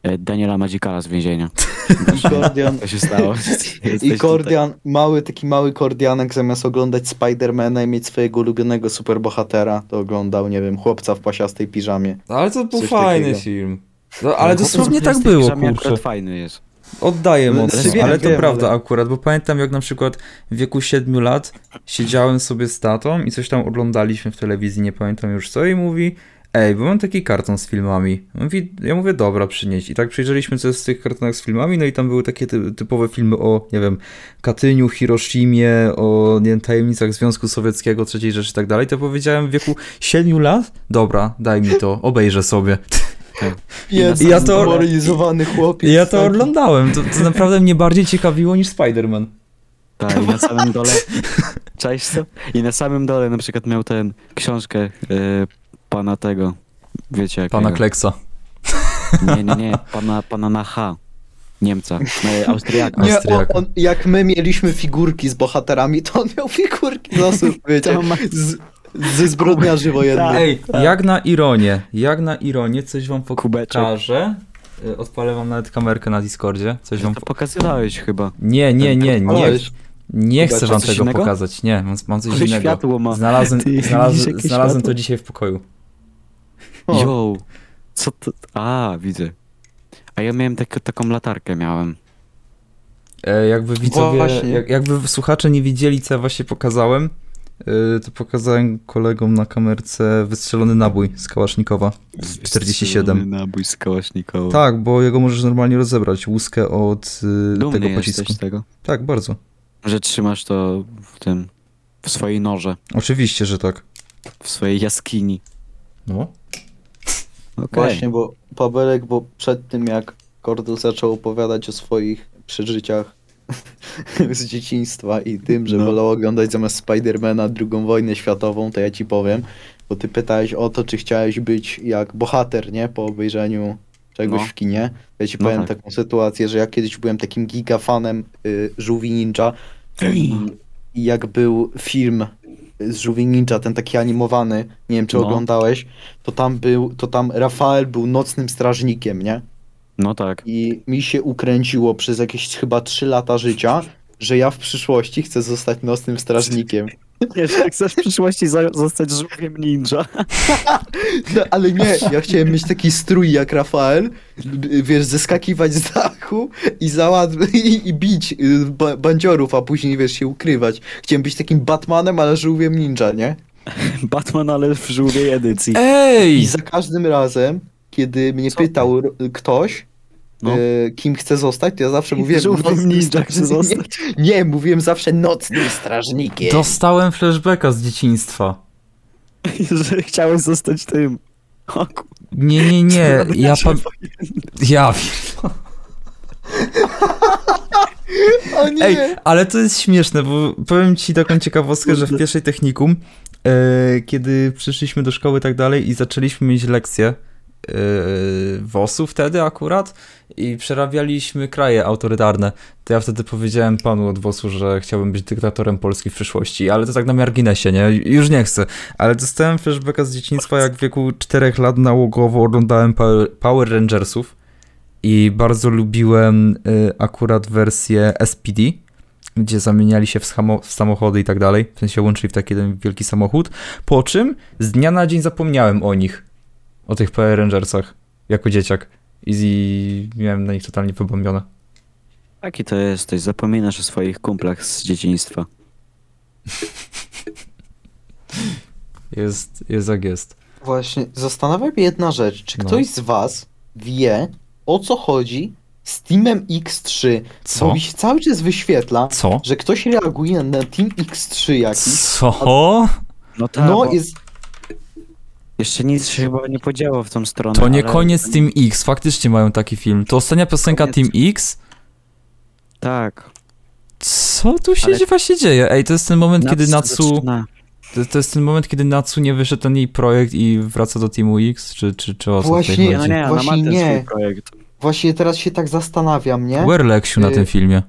e, Daniela Madzikala z więzienia. I Kordian, Co się stało? i Kordian, mały, taki mały Kordianek zamiast oglądać Spidermana i mieć swojego ulubionego superbohatera, to oglądał, nie wiem, chłopca w pasiastej piżamie. Ale to był Coś fajny takiego. film. No, ale Chłopiec dosłownie w tak dwudziestej było, piżamie kurczę. akurat fajny jest. Oddaję No, mocno, wiem, ale to wiem, prawda ale- akurat, bo pamiętam jak na przykład w wieku siedmiu lat siedziałem sobie z tatą i coś tam oglądaliśmy w telewizji, nie pamiętam już co, i mówi: ej, bo mam taki karton z filmami. Mówi, ja mówię, dobra, przynieść. I tak przyjrzeliśmy co jest w tych kartonach z filmami, no i tam były takie ty, typowe filmy o, nie wiem, Katyniu, Hiroshimie, o, nie wiem, tajemnicach Związku Sowieckiego, trzeciej Rzeszy i tak dalej. To powiedziałem w wieku siedmiu lat, dobra, daj mi to, obejrzę sobie. Jest I ja to- zmoralizowany chłopiec. I ja to taki. oglądałem, to, to naprawdę mnie bardziej ciekawiło niż Spider-Man. Tak, i na samym dole. Cześć co? I na samym dole na przykład miał ten książkę e, pana tego. Wiecie jakiego? Pana Kleksa. Nie, nie, nie. Pana, pana na H. Niemca. E, Austriaka. Nie, on, Austriaka. on, jak my mieliśmy figurki z bohaterami, to on miał figurki z osób, wiecie, To ma- z, ze zbrodniarzy wojennych. Ej, jak na ironię, jak na ironię, coś wam Kubeczek. pokażę. Y, Odpalę wam nawet kamerkę na Discordzie. Coś wam To po... pokazywałeś chyba. Nie, nie, nie, nie. Aleś, Nie chcę Kubeczek, wam coś tego innego? pokazać. Nie, mam, mam coś Ale innego. światło ma. Znalazłem, Ty, widzisz znalazłem, jakie znalazłem światło? to dzisiaj w pokoju. O. Yo. Co to? A, widzę. A ja miałem tak, taką latarkę miałem. E, jakby widzowie, Właśnie. jak, jakby słuchacze nie widzieli, co ja właśnie pokazałem, y, to pokazałem kolegom na kamerce wystrzelony nabój z Kałasznikowa. czterdzieści siedem. Wystrzelony nabój z Kałasznikowa. Tak, bo jego możesz normalnie rozebrać, łuskę od y, Dumny tego jesteś pocisku. z tego. Tak, bardzo. Że trzymasz to w tym, w swojej noże, Oczywiście, że tak. w swojej jaskini. No. Okej. Właśnie, bo Pawełek, bo przed tym jak Kordu zaczął opowiadać o swoich przeżyciach z dzieciństwa i tym, że No. wolał oglądać zamiast Spidermana drugą wojnę światową, to ja ci powiem, bo ty pytałeś o to, czy chciałeś być jak bohater, nie? Po obejrzeniu czegoś No. w kinie. Ja ci No powiem tak. taką sytuację, że ja kiedyś byłem takim gigafanem y, Żółwi Ninja i, i jak był film z Żółwi Ninja, ten taki animowany, nie wiem czy No. oglądałeś, to tam był, to tam Rafael był nocnym strażnikiem, nie? No tak. I mi się ukręciło przez jakieś chyba trzy lata życia, że ja w przyszłości chcę zostać nocnym strażnikiem. Wiesz, jak chcesz w przyszłości za- zostać żółwiem ninja. No, ale nie, ja chciałem mieć taki strój jak Rafael, b- wiesz, zeskakiwać z dachu i załatwić i, i bić y, ba bandziorów, a później, wiesz, się ukrywać. Chciałem być takim Batmanem, ale żółwiem ninja, nie? Batman, ale w żółwiej edycji. I Ej! za każdym razem, kiedy mnie Co? pytał r- ktoś, No. e, kim chce zostać, to ja zawsze mówiłem Żółwiem nocnym ninja straż- chce zostać. Nie, nie, mówiłem zawsze nocnym strażnikiem. Dostałem flashbacka z dzieciństwa. Że chciałeś zostać tym. O ku... Nie, nie, nie. Ja pam... Ja O nie! Ej, ale to jest śmieszne, bo powiem ci taką ciekawostkę, że w pierwszej technikum, e, kiedy przyszliśmy do szkoły i tak dalej i zaczęliśmy mieć lekcje e, W O S-u wtedy akurat i przerabialiśmy kraje autorytarne, to ja wtedy powiedziałem panu od W O S-u, że chciałbym być dyktatorem Polski w przyszłości, ale to tak na marginesie, nie? Już nie chcę. Ale dostałem flashbacka z dzieciństwa, jak w wieku czterech lat nałogowo oglądałem Power, Power Rangersów. I bardzo lubiłem y, akurat wersję S P D, gdzie zamieniali się w, samo- w samochody i tak dalej. W sensie łączyli w taki jeden wielki samochód. Po czym z dnia na dzień zapomniałem o nich. O tych Power Rangersach. Jako dzieciak. I, i miałem na nich totalnie wybombione. Taki to jesteś, zapominasz o swoich kumplach z dzieciństwa. Jest, jest jak jest. Właśnie, zastanawia mnie jedna rzecz. Czy No. ktoś z was wie, o co chodzi z Teamem X trzy? Co? Bo mi się cały czas wyświetla, Co? że ktoś reaguje na Team X trzy jakiś. Co? No tak, No bo jest... jeszcze nic się chyba nie podziało w tą stronę. To nie ale- koniec Team X. Faktycznie mają taki film. To ostatnia piosenka Koniec. Team X? Tak. Co tu się Ale- właśnie dzieje? Ej, to jest ten moment, kiedy Natsu Natsu... zaczyna- To, to jest ten moment, kiedy Natsu nie wyszedł ten jej projekt i wraca do Teamu X? Czy, czy, czy o co Właśnie, tutaj Nie, no chodzi? nie, ona ma Właśnie ten nie. swój projekt. Właśnie teraz się tak zastanawiam, nie? Where Leksiu na Y- tym filmie?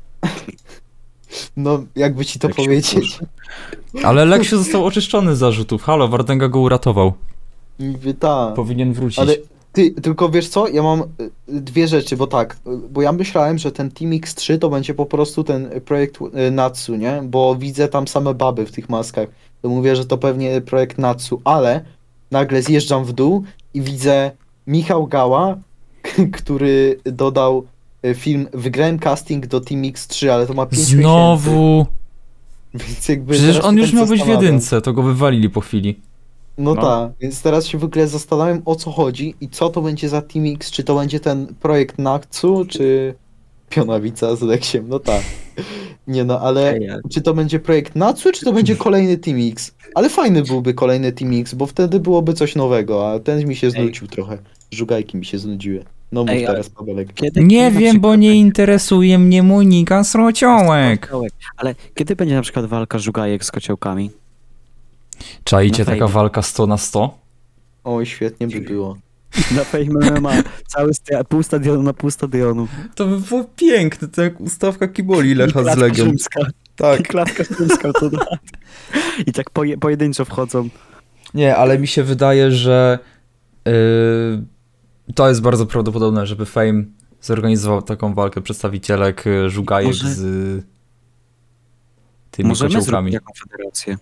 No, jakby ci to Jak się powiedzieć. Ale Leksiu został oczyszczony z zarzutów. Halo, Wardęga go uratował. Niby tak. Powinien wrócić. Ale Ty, tylko wiesz co, ja mam y, dwie rzeczy, bo tak, y, bo ja myślałem, że ten Team X trzy to będzie po prostu ten projekt y, Natsu, nie? Bo widzę tam same baby w tych maskach. To mówię, że to pewnie projekt Natsu, ale nagle zjeżdżam w dół i widzę Michał Gała, który dodał y, film, wygrałem casting do Team X trzy, ale to ma pięć Znowu! miesięcy, więc jakby Przecież teraz on się już tak miał być w zastanawiam. jedynce, to go wywalili po chwili. No, No. tak, więc teraz się w ogóle zastanawiam, o co chodzi i co to będzie za Team X, czy to będzie ten projekt Natsu, czy Pionawica z Leksiem, no tak. Nie no, ale Ej, ja- czy to będzie projekt Natsu, czy to będzie kolejny Team X? Ale fajny byłby kolejny Team X, bo wtedy byłoby coś nowego, a ten mi się znudził trochę. Żugajki mi się znudziły. No mów Ej, ale- teraz, Pawelek. Kiedy, Nie kiedy na wiem, bo przykład nie będzie- interesuje mnie Monika Srociołek. Ale kiedy będzie na przykład walka żugajek z kociołkami? Czajcie, Na taka fejmie. walka sto na sto? Oj, świetnie by było. Na Fame M M A. Cały sta- pół stadionu na pół stadionu. To by było piękne, to jak ustawka Kiboli Lecha I z klatka Legią. rzymska. I Tak. klatka rzymska to da. I tak poje, pojedynczo wchodzą. Nie, ale mi się wydaje, że yy, to jest bardzo prawdopodobne, żeby Fame zorganizował taką walkę przedstawicielek y, żugajek Może- z y, tymi Możemy kociołkami. zrobić jaką federację?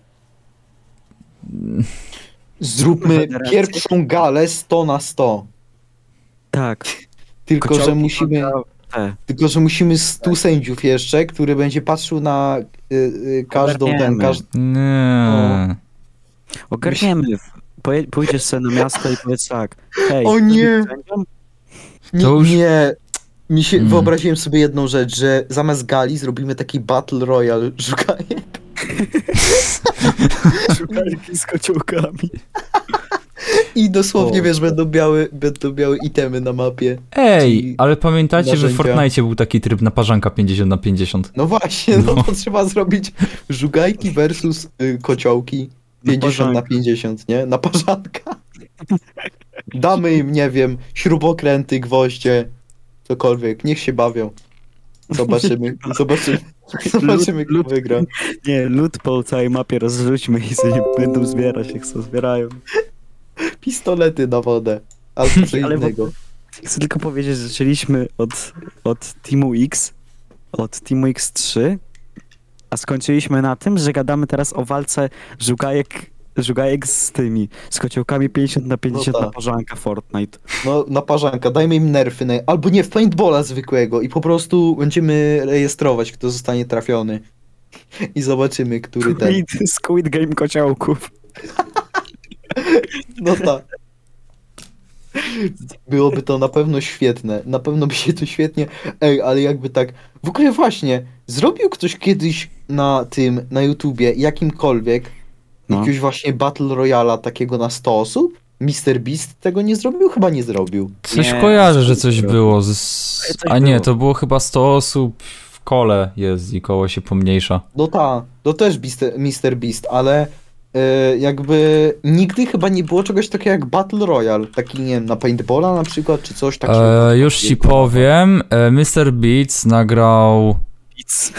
Zróbmy Federację. pierwszą galę sto na sto. Tak. Tylko, że Kociołki musimy... kontra te. Tylko, że musimy stu sędziów jeszcze, który będzie patrzył na y, y, każdą ten, Ogarniemy. każdy... Nie. Ogarniemy. Poje, pójdziesz sobie na miasto i powiedz tak. Hej, O nie! sędzią? Nie, To już- nie. Mi się, Mm. wyobraziłem sobie jedną rzecz, że zamiast gali zrobimy taki Battle Royale szukanie. Żugajki z kociołkami. I dosłownie, O, wiesz, będą białe, będą białe itemy na mapie. Ej, Ci ale pamiętajcie, że w narzędzia. Fortnite był taki tryb naparzanka pięćdziesiąt na pięćdziesiąt. No właśnie, no, No. to trzeba zrobić żugajki versus y, kociołki. pięćdziesiąt na pięćdziesiąt, nie? Na parzanka. Damy im, nie wiem, śrubokręty, gwoździe, cokolwiek. Niech się bawią. Zobaczymy, zobaczymy, zobaczymy, kto lud- wygra. Nie, lód po całej mapie rozrzućmy i sobie będą zbierać, jak co zbierają. Pistolety na wodę. Albo co Ale w innego. Chcę tylko powiedzieć, że zaczęliśmy od, od Teamu X, od Teamu X trzy, a skończyliśmy na tym, że gadamy teraz o walce żugajek, żugajek z tymi, z kociołkami pięćdziesiąt na pięćdziesiąt No na tak. parzanka Fortnite. No, na parzanka, dajmy im nerfy, na... albo nie, w paintballa zwykłego i po prostu będziemy rejestrować, kto zostanie trafiony. I zobaczymy, który ten. Squid, Squid Game kociołków. No tak. Byłoby to na pewno świetne. Na pewno by się to świetnie... Ej, ale jakby tak... W ogóle właśnie, zrobił ktoś kiedyś na tym, na YouTubie, jakimkolwiek, No. jakiegoś właśnie Battle Royala takiego na sto osób? mister Beast tego nie zrobił? Chyba nie zrobił. Coś Nie, kojarzę, że coś było. było. Z... Coś A nie, było. to było chyba sto osób w kole jest i koło się pomniejsza. No ta, to też Beast- mister Beast, ale e, jakby nigdy chyba nie było czegoś takiego jak Battle Royale. Taki, nie wiem, na paintballa na przykład, czy coś takiego. E, już ci powiem, e, mister Beats nagrał... Beats.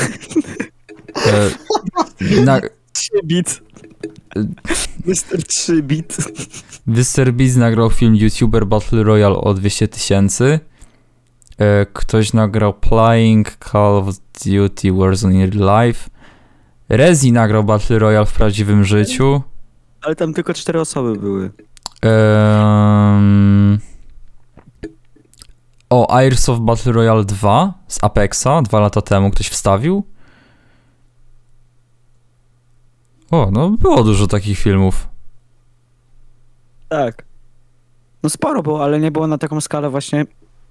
E, na, trzy bit. mister trzy bit. mister Beats nagrał film YouTuber Battle Royale o dwieście tysięcy. E, ktoś nagrał Playing Call of Duty Warzone in Real Life. Rezi nagrał Battle Royale w prawdziwym życiu. Ale tam tylko cztery osoby były. Ehm... O, Airsoft Battle Royale dwa z Apexa dwa lata temu ktoś wstawił. O, no było dużo takich filmów. Tak. No sporo było, ale nie było na taką skalę właśnie...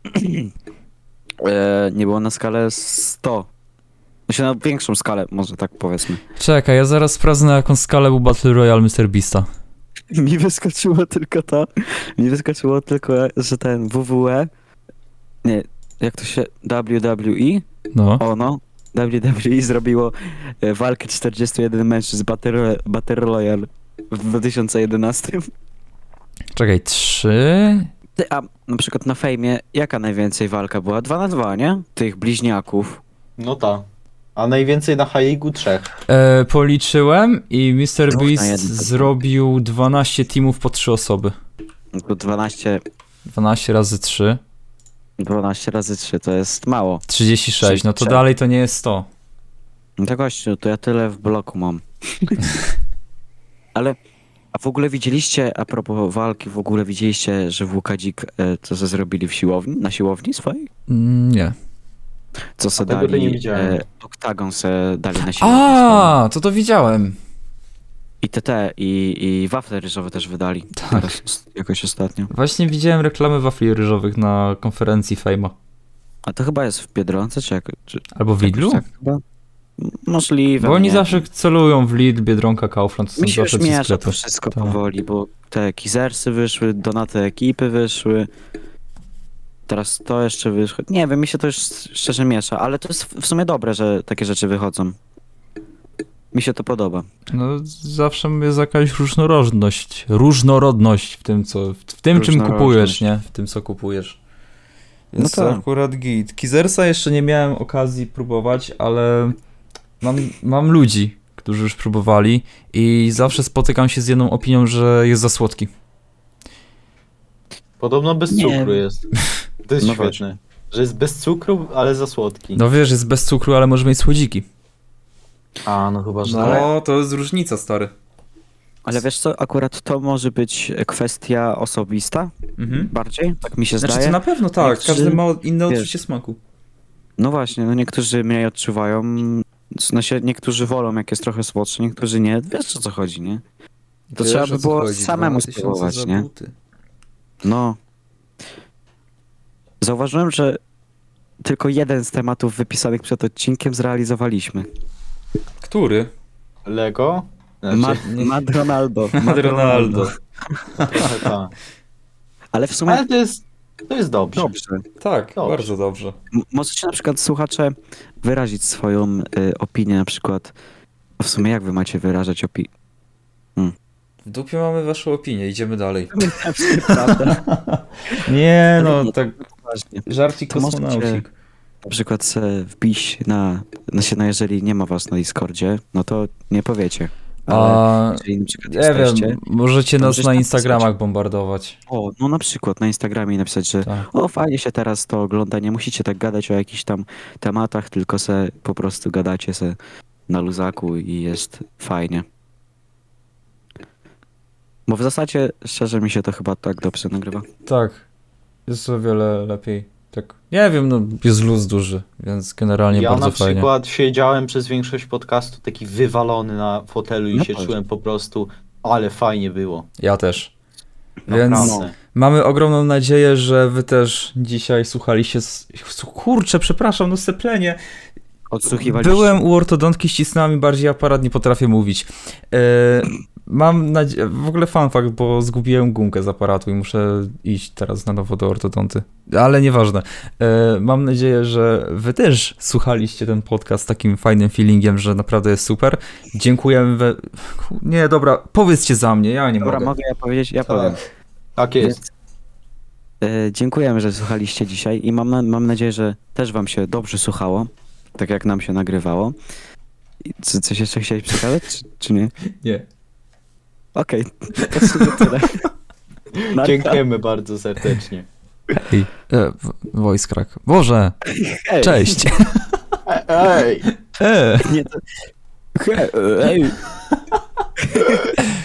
e, nie było na skalę sto. Znaczy na większą skalę, może tak powiedzmy. Czekaj, ja zaraz sprawdzę na jaką skalę był Battle Royale mister Beasta. Mi wyskoczyło tylko to, mi wyskoczyło tylko, że ten W W E, nie, jak to się, W W E, No. ono, W W E zrobiło e, walkę czterdziestu jeden mężczyzn Battle, Battle Royale w dwa tysiące jedenastym. Czekaj, trzy... Ty, a na przykład na fejmie, jaka najwięcej walka była? Dwa na dwa, nie? Tych bliźniaków. No ta. A najwięcej na Haigu trzech. E, policzyłem i mister Dwóch na Beast jeden. zrobił dwanaście teamów po trzy osoby. No to dwanaście dwanaście razy trzy. dwanaście razy trzy to jest mało. trzydzieści sześć, no to trzydzieści sześć. dalej to nie jest sto. No to gościu, to ja tyle w bloku mam. Ale, a w ogóle widzieliście, a propos walki, w ogóle widzieliście, że W K Dzik, e, co se zrobili w siłowni, na siłowni swojej? Mm, nie. Co se tego to dali, nie widziałem. e, oktagon se dali na siłowni. swoją. A, to to widziałem. I T T, i, i wafle ryżowe też wydali. Tak. Teraz, os- jakoś ostatnio. Właśnie widziałem reklamy wafli ryżowych na konferencji Fejma. A to chyba jest w Biedronce, czy jak? Czy, Albo w Lidlu? jakoś tak chyba? M- Możliwe. Bo oni nie zawsze wiem. celują w Lidl, Biedronka, Kaufland, to są Mi się już zawsze ci miesza sklepy. to wszystko Tak. powoli, bo te kizersy wyszły, donaty ekipy wyszły. Teraz to jeszcze wyszło. Nie wiem, mi się to już szczerze miesza, ale to jest w sumie dobre, że takie rzeczy wychodzą. Mi się to podoba. No zawsze jest jakaś różnorodność, różnorodność w tym, co, w tym czym Różnorodność. kupujesz, nie? W tym, co kupujesz. Jest No to tak. akurat git. Kizersa jeszcze nie miałem okazji próbować, ale mam, mam ludzi, którzy już próbowali i zawsze spotykam się z jedną opinią, że jest za słodki. Podobno bez Nie. cukru jest. To jest No świetne. Że jest bez cukru, ale za słodki. No wiesz, jest bez cukru, ale może mieć słodziki. A, no chyba, że No, tak. to jest różnica, stary. Ale wiesz co, akurat to może być kwestia osobista Mhm. bardziej, tak mi się Znaczy zdaje. to na pewno tak, Niektórzy- każdy ma inne wiesz, odczucie smaku. No właśnie, no niektórzy mniej odczuwają, znaczy niektórzy wolą jak jest trochę słodsze, niektórzy nie, wiesz o co chodzi, nie? To Wiesz, trzeba o by co było chodzi, samemu dwa tysiące spróbować, za nie? buty. No. Zauważyłem, że tylko jeden z tematów wypisanych przed odcinkiem zrealizowaliśmy. Który? Lego? Znaczy, Mad, Mad Ronaldo. Mad Ronaldo. trochę tak. Ale w sumie Ale to jest, to jest dobrze. dobrze. Tak, Dobrze. bardzo dobrze. M- możecie na przykład, słuchacze, wyrazić swoją y, opinię na przykład. A w sumie jak wy macie wyrażać opinię? W dupie mamy waszą opinię, idziemy dalej. Prawda? Nie no, Nie, tak Poważnie. żarcik To możecie- kosmonaucik. Na przykład se wbić na, na się, no jeżeli nie ma was na Discordzie, no to nie powiecie. Ale A, jeżeli na przykład nie jesteście, wiem, możecie to nas możesz na napisać. Instagramach bombardować. o, no na przykład na Instagramie napisać, że Tak. o, fajnie się teraz to ogląda, nie musicie tak gadać o jakichś tam tematach, tylko se po prostu gadacie se na luzaku i jest fajnie. Bo w zasadzie, szczerze mi się to chyba tak dobrze nagrywa. Tak, jest o wiele lepiej. Tak, nie wiem, no jest luz duży, więc generalnie Ja bardzo na fajnie. przykład siedziałem przez większość podcastu taki wywalony na fotelu i No się tak. czułem po prostu, ale fajnie było. Ja też. Więc Naprawdę. mamy ogromną nadzieję, że wy też dzisiaj słuchaliście. s- Kurczę, przepraszam, no seplenie. Odsłuchiwaliście. Byłem u ortodontki, ścisnęła mi bardziej aparat, nie potrafię mówić. E, mam nadzieję, w ogóle fun fact, bo zgubiłem gumkę z aparatu i muszę iść teraz na nowo do ortodonty. Ale nieważne. E, mam nadzieję, że wy też słuchaliście ten podcast z takim fajnym feelingiem, że naprawdę jest super. Dziękujemy. We... Nie, dobra, powiedzcie za mnie, ja nie Dobra, mogę. mogę ja powiedzieć? Ja Tak. powiem. Tak jest. Więc, e, dziękujemy, że słuchaliście dzisiaj i mam, mam nadzieję, że też wam się dobrze słuchało, tak jak nam się nagrywało. I co, coś jeszcze chciałeś przekazać, czy, czy nie? Nie. Okej, to w sumie tyle. Narka. Dziękujemy bardzo serdecznie. Hej, e, w- voice crack. Boże, Hej. cześć. Ej! E. Nie, to... Hej, ej.